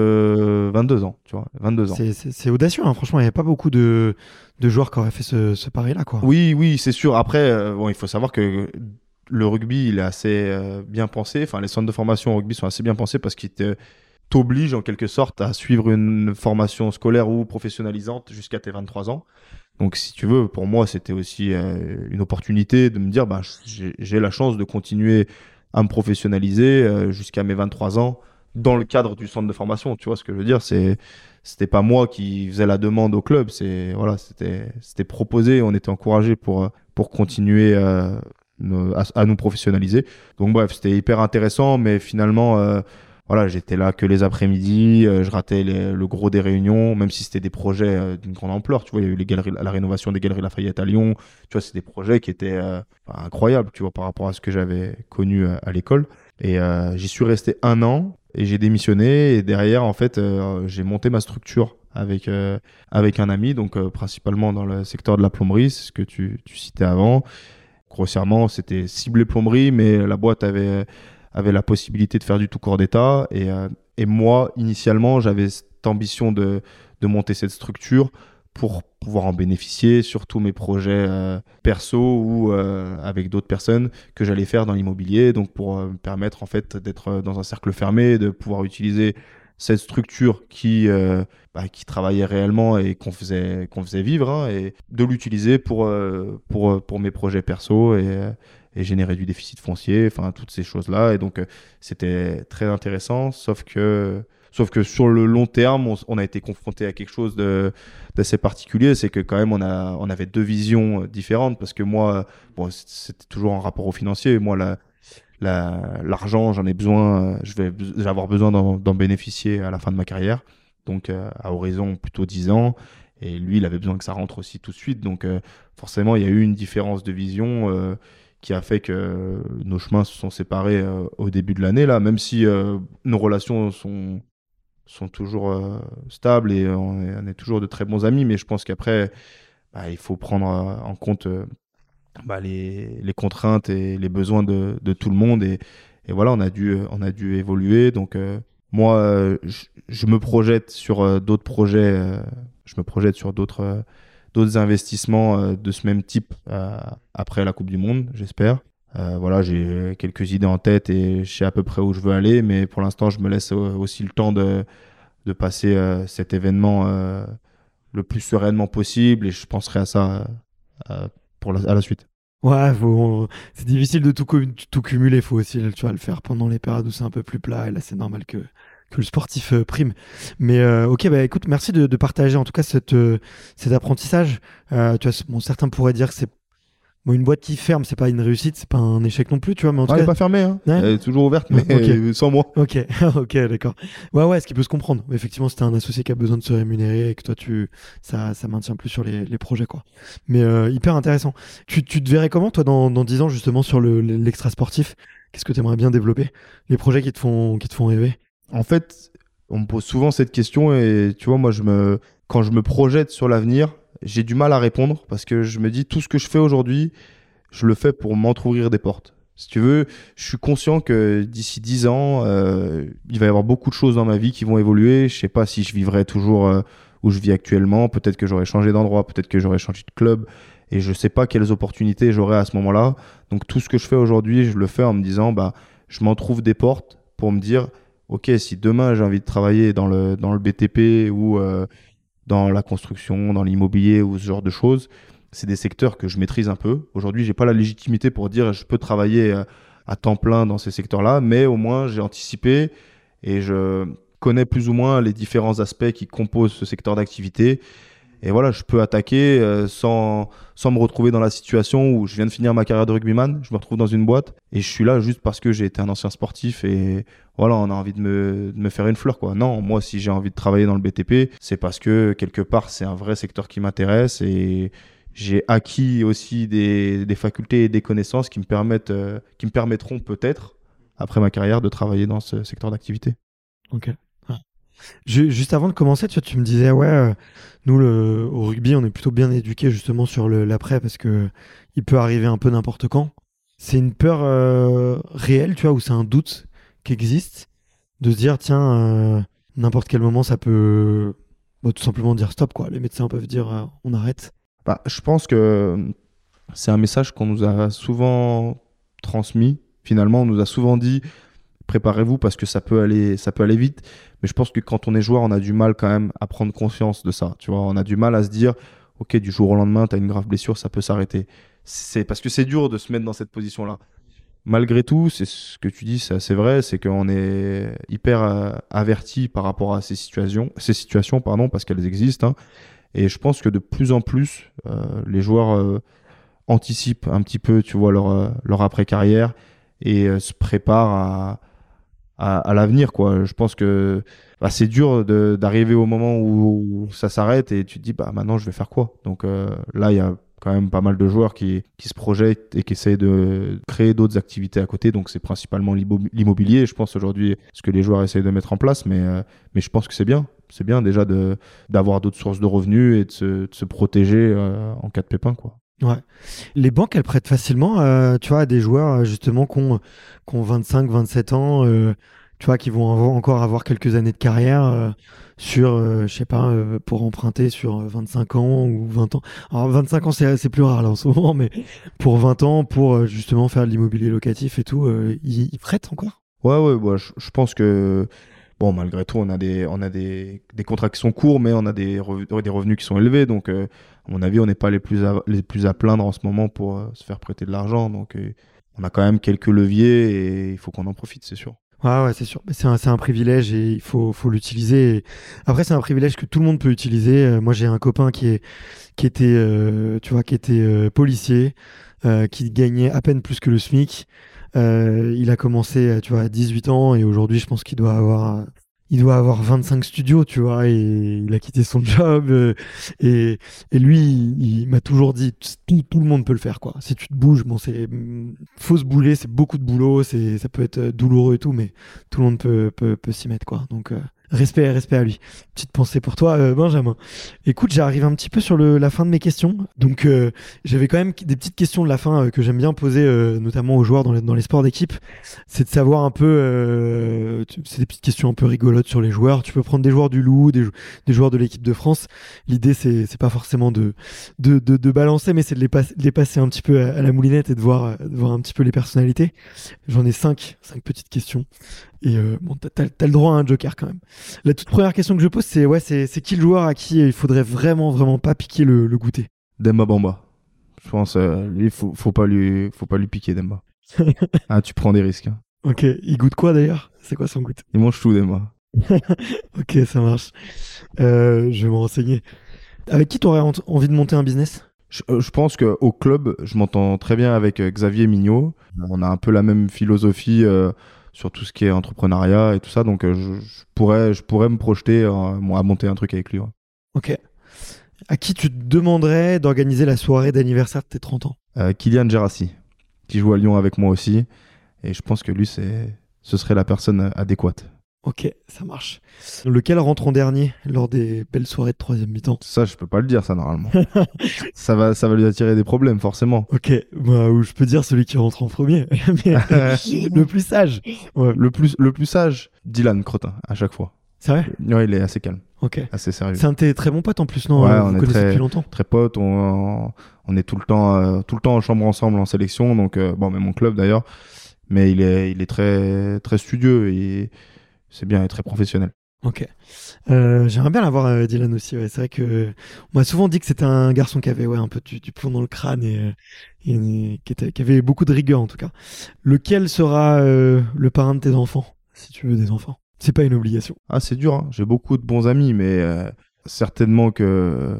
22 ans, tu vois, 22 ans. C'est audacieux, hein. Franchement, il n'y a pas beaucoup de joueurs qui auraient fait ce pari-là, quoi. Oui, c'est sûr. Après, il faut savoir que le rugby, il est assez bien pensé. Enfin, les centres de formation au rugby sont assez bien pensés parce qu'ils t'obligent en quelque sorte à suivre une formation scolaire ou professionnalisante jusqu'à tes 23 ans. Donc, si tu veux, pour moi, c'était aussi une opportunité de me dire, j'ai la chance de continuer à me professionnaliser jusqu'à mes 23 ans dans le cadre du centre de formation. Tu vois ce que je veux dire? C'était pas moi qui faisais la demande au club. C'était proposé. On était encouragé pour continuer à nous professionnaliser. Donc bref, c'était hyper intéressant, mais finalement, j'étais là que les après-midi. Je ratais le gros des réunions, même si c'était des projets d'une grande ampleur. Tu vois, il y a eu la rénovation des Galeries Lafayette à Lyon. Tu vois, c'est des projets qui étaient incroyables, tu vois, par rapport à ce que j'avais connu à l'école. Et j'y suis resté 1 an et j'ai démissionné. Et derrière, en fait, j'ai monté ma structure avec un ami, donc principalement dans le secteur de la plomberie, c'est ce que tu citais avant. Grossièrement, c'était ciblé plomberie, mais la boîte avait la possibilité de faire du tout corps d'état. Et moi, initialement, j'avais cette ambition de monter cette structure pour pouvoir en bénéficier sur tous mes projets perso ou avec d'autres personnes que j'allais faire dans l'immobilier. Donc, pour me permettre en fait d'être dans un cercle fermé, de pouvoir utiliser cette structure qui travaillait réellement et qu'on faisait vivre, hein, et de l'utiliser pour mes projets perso et générer du déficit foncier, enfin toutes ces choses-là. Et donc c'était très intéressant, sauf que sur le long terme, on a été confronté à quelque chose d'assez particulier, c'est que quand même on avait 2 visions différentes, parce que moi, c'était toujours en rapport au financier. Moi, l'argent, j'en ai besoin, je vais avoir besoin d'en bénéficier à la fin de ma carrière, donc à horizon plutôt 10 ans. Et lui, il avait besoin que ça rentre aussi tout de suite. Donc forcément, il y a eu une différence de vision qui a fait que nos chemins se sont séparés au début de l'année, là, même si nos relations sont toujours stables et on est toujours de très bons amis. Mais je pense qu'après, il faut prendre en compte les contraintes et les besoins de tout le monde. Et voilà, on a dû évoluer. Donc moi, je me projette sur d'autres projets. Je me projette sur d'autres investissements de ce même type après la Coupe du Monde, j'espère. J'ai quelques idées en tête et je sais à peu près où je veux aller, mais pour l'instant, je me laisse aussi le temps de passer cet événement le plus sereinement possible, et je penserai à ça à la suite. Ouais, c'est difficile de tout cumuler. Il faut aussi, tu vois, le faire pendant les périodes où c'est un peu plus plat, et là, c'est normal que le sportif prime. Mais ok, écoute, merci de partager en tout cas cet apprentissage. Tu vois, certains pourraient dire que c'est une boîte qui ferme, c'est pas une réussite, c'est pas un échec non plus, tu vois. Mais en tout cas, elle n'est pas fermée, hein. Ouais. Elle est toujours ouverte, mais okay. Sans moi. Ok, d'accord. Ouais, ce qui peut se comprendre. Effectivement, si t'as un associé qui a besoin de se rémunérer et que toi, ça maintient plus sur les projets, quoi. Mais hyper intéressant. Tu te verrais comment, toi, dans 10 ans, justement, sur l'extra sportif? Qu'est-ce que tu aimerais bien développer? Les projets qui te font rêver? En fait, on me pose souvent cette question et tu vois, moi, quand je me projette sur l'avenir, j'ai du mal à répondre parce que je me dis tout ce que je fais aujourd'hui, je le fais pour m'entrouvrir des portes. Si tu veux, je suis conscient que d'ici 10 ans, il va y avoir beaucoup de choses dans ma vie qui vont évoluer. Je sais pas si je vivrai toujours où je vis actuellement. Peut-être que j'aurai changé d'endroit, peut-être que j'aurai changé de club. Et je sais pas quelles opportunités j'aurai à ce moment-là. Donc tout ce que je fais aujourd'hui, je le fais en me disant, je m'en trouve des portes pour me dire, ok, si demain j'ai envie de travailler dans le BTP ou dans la construction, dans l'immobilier ou ce genre de choses, c'est des secteurs que je maîtrise un peu. Aujourd'hui, j'ai pas la légitimité pour dire je peux travailler à temps plein dans ces secteurs-là, mais au moins j'ai anticipé et je connais plus ou moins les différents aspects qui composent ce secteur d'activité. Et voilà, je peux attaquer sans me retrouver dans la situation où je viens de finir ma carrière de rugbyman, je me retrouve dans une boîte et je suis là juste parce que j'ai été un ancien sportif et voilà, on a envie de me faire une fleur, quoi. Non, moi, si j'ai envie de travailler dans le BTP, c'est parce que quelque part, c'est un vrai secteur qui m'intéresse et j'ai acquis aussi des facultés et des connaissances qui me permettront peut-être, après ma carrière, de travailler dans ce secteur d'activité. Ok. Juste avant de commencer, tu me disais, nous, au rugby, on est plutôt bien éduqués justement sur l'après parce que il peut arriver un peu n'importe quand. C'est une peur réelle, tu vois, ou c'est un doute qui existe de se dire, tiens, n'importe quel moment, ça peut tout simplement dire stop, quoi. Les médecins peuvent dire, on arrête. Je pense que c'est un message qu'on nous a souvent transmis. Finalement, on nous a souvent dit préparez-vous parce que ça peut aller vite. Mais je pense que quand on est joueur, on a du mal quand même à prendre conscience de ça. Tu vois, on a du mal à se dire ok, du jour au lendemain, tu as une grave blessure, ça peut s'arrêter. C'est parce que c'est dur de se mettre dans cette position-là. Malgré tout, c'est ce que tu dis, c'est assez vrai, c'est qu'on est hyper averti par rapport à ces situations, parce qu'elles existent. Hein. Et je pense que de plus en plus, les joueurs anticipent un petit peu, tu vois, leur après-carrière et se préparent à l'avenir, quoi. Je pense que c'est dur d'arriver au moment où ça s'arrête et tu te dis, maintenant, je vais faire quoi? Donc là, il y a quand même pas mal de joueurs qui se projettent et qui essayent de créer d'autres activités à côté. Donc, c'est principalement l'immobilier, je pense, aujourd'hui, ce que les joueurs essayent de mettre en place. Mais je pense que c'est bien. C'est bien déjà d'avoir d'autres sources de revenus et de se protéger en cas de pépin, quoi. Ouais. Les banques, elles prêtent facilement, tu vois, à des joueurs justement qui ont 25, 27 ans, tu vois, qui vont encore avoir quelques années de carrière sur, je sais pas, pour emprunter sur 25 ans ou 20 ans. Alors 25 ans, c'est plus rare là en ce moment, mais pour 20 ans, pour justement faire de l'immobilier locatif et tout, ils prêtent encore? Ouais, je pense que bon, malgré tout, on a des contrats qui sont courts, mais on a des revenus qui sont élevés. Donc, à mon avis, on n'est pas les plus à plaindre en ce moment pour se faire prêter de l'argent. Donc, on a quand même quelques leviers et il faut qu'on en profite, c'est sûr. Ouais, c'est sûr. C'est un privilège et il faut l'utiliser. Et après, c'est un privilège que tout le monde peut utiliser. Moi, j'ai un copain qui était policier, qui gagnait à peine plus que le SMIC. Il a commencé, tu vois, à 18 ans et aujourd'hui, je pense qu'il doit avoir 25 studios, tu vois, et il a quitté son job. Et lui, il m'a toujours dit, tout le monde peut le faire, quoi. Si tu te bouges, bon, faut se bouger, c'est beaucoup de boulot, ça peut être douloureux et tout, mais tout le monde peut s'y mettre, quoi. Donc, respect à lui. Petite pensée pour toi, Benjamin. Écoute, j'arrive un petit peu sur la fin de mes questions. Donc, j'avais quand même des petites questions de la fin que j'aime bien poser, notamment aux joueurs dans les sports d'équipe. C'est de savoir un peu... c'est des petites questions un peu rigolotes sur les joueurs. Tu peux prendre des joueurs du Loup, des joueurs de l'équipe de France. L'idée, c'est pas forcément de balancer, mais c'est de les passer un petit peu à la moulinette et de voir un petit peu les personnalités. J'en ai 5 petites questions. Et bon, t'as le droit à un joker quand même. La toute première question que je pose, c'est qui le joueur à qui il faudrait vraiment, vraiment pas piquer le goûter? Demba Bamba. Je pense, lui, faut pas lui piquer Demba. Tu prends des risques. Hein. Ok, il goûte quoi d'ailleurs? C'est quoi son goût? Il mange tout, Demba. Ok, ça marche. Je vais me renseigner. Avec qui t'aurais envie de monter un business? Je pense qu'au club, je m'entends très bien avec Xavier Mignot. On a un peu la même philosophie sur tout ce qui est entrepreneuriat et tout ça. Donc, je pourrais me projeter à monter un truc avec lui. Ouais. Ok. À qui tu te demanderais d'organiser la soirée d'anniversaire de tes 30 ans? Kylian Gerassi, qui joue à Lyon avec moi aussi. Et je pense que lui, ce serait la personne adéquate. Ok, ça marche. Lequel rentre en dernier lors des belles soirées de troisième mi-temps? Ça, je peux pas le dire, ça, normalement. ça va lui attirer des problèmes, forcément. Ok, ou je peux dire celui qui rentre en premier. Mais le plus sage. Ouais. Le plus sage, Dylan Crotin, à chaque fois. C'est vrai? Ouais, il est assez calme. Ok. Assez sérieux. C'est un de tes très bons potes en plus, non? Ouais, Vous connaissez depuis longtemps? Très potes, on est tout le temps en chambre ensemble en sélection, donc même mon club d'ailleurs. Mais il est très, très studieux et c'est bien, il est très professionnel. Ok. J'aimerais bien l'avoir, Dylan aussi. Ouais. C'est vrai que on m'a souvent dit que c'était un garçon qui avait un peu du plomb dans le crâne et qui avait beaucoup de rigueur en tout cas. Lequel sera le parrain de tes enfants, si tu veux des enfants? C'est pas une obligation. Ah, c'est dur, hein. J'ai beaucoup de bons amis, mais certainement que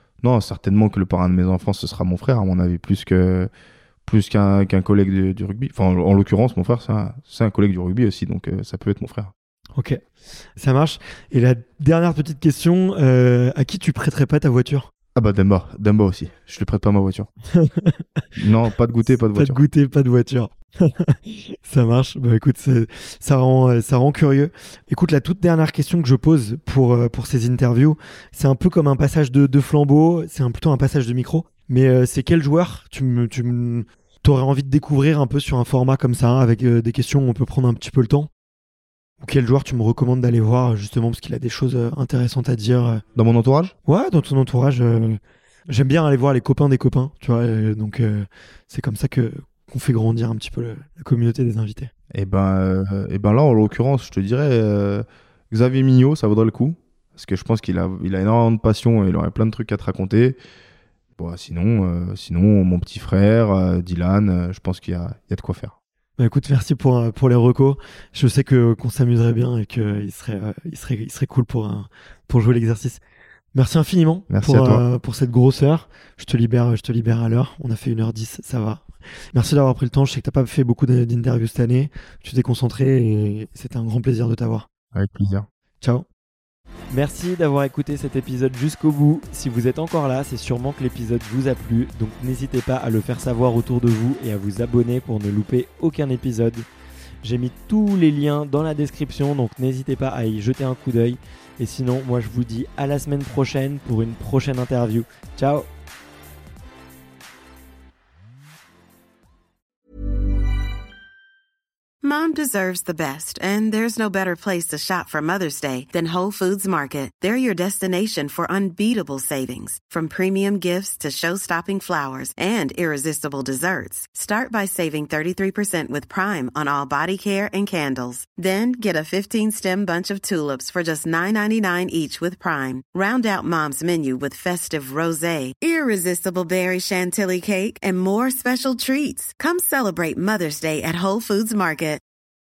le parrain de mes enfants, ce sera mon frère, à mon avis, plus qu'un collègue du rugby. Enfin, en l'occurrence, mon frère, c'est un collègue du rugby aussi, donc ça peut être mon frère. Ok, ça marche. Et la dernière petite question, à qui tu prêterais pas ta voiture? Ah bah Demba aussi. Je lui prête pas ma voiture. Non, pas de goûter, pas de voiture. Pas de goûter, pas de voiture. Ça marche. Bah écoute, ça rend curieux. Écoute, la toute dernière question que je pose pour ces interviews, c'est un peu comme un passage de flambeau, plutôt un passage de micro. Mais c'est quel joueur t'aurais envie de découvrir un peu sur un format comme ça, avec des questions où on peut prendre un petit peu le temps? Ou quel joueur tu me recommandes d'aller voir, justement, parce qu'il a des choses intéressantes à dire? Dans mon entourage? Ouais, dans ton entourage. J'aime bien aller voir les copains des copains, tu vois. Donc, c'est comme ça qu'on fait grandir un petit peu la communauté des invités. Et ben là, en l'occurrence, je te dirais Xavier Mignot, ça vaudrait le coup. Parce que je pense qu'il a énormément de passion et il aurait plein de trucs à te raconter. Bon, sinon, mon petit frère, Dylan, je pense qu'il y a de quoi faire. Bah écoute, merci pour les recos. Je sais qu'on s'amuserait bien et qu'il serait cool pour jouer l'exercice. Merci infiniment pour cette grosse heure. Je te libère à l'heure. On a fait 1h10, ça va. Merci d'avoir pris le temps. Je sais que t'as pas fait beaucoup d'interviews cette année. Tu t'es concentré et c'était un grand plaisir de t'avoir. Avec plaisir. Ciao. Merci d'avoir écouté cet épisode jusqu'au bout. Si vous êtes encore là, c'est sûrement que l'épisode vous a plu, donc n'hésitez pas à le faire savoir autour de vous et à vous abonner pour ne louper aucun épisode. J'ai mis tous les liens dans la description, donc n'hésitez pas à y jeter un coup d'œil. Et sinon, moi je vous dis à la semaine prochaine pour une prochaine interview. Ciao! Mom deserves the best, and there's no better place to shop for Mother's Day than Whole Foods Market. They're your destination for unbeatable savings, from premium gifts to show-stopping flowers and irresistible desserts. Start by saving 33% with Prime on all body care and candles. Then get a 15-stem bunch of tulips for just $9.99 each with Prime. Round out Mom's menu with festive rosé, irresistible berry chantilly cake, and more special treats. Come celebrate Mother's Day at Whole Foods Market.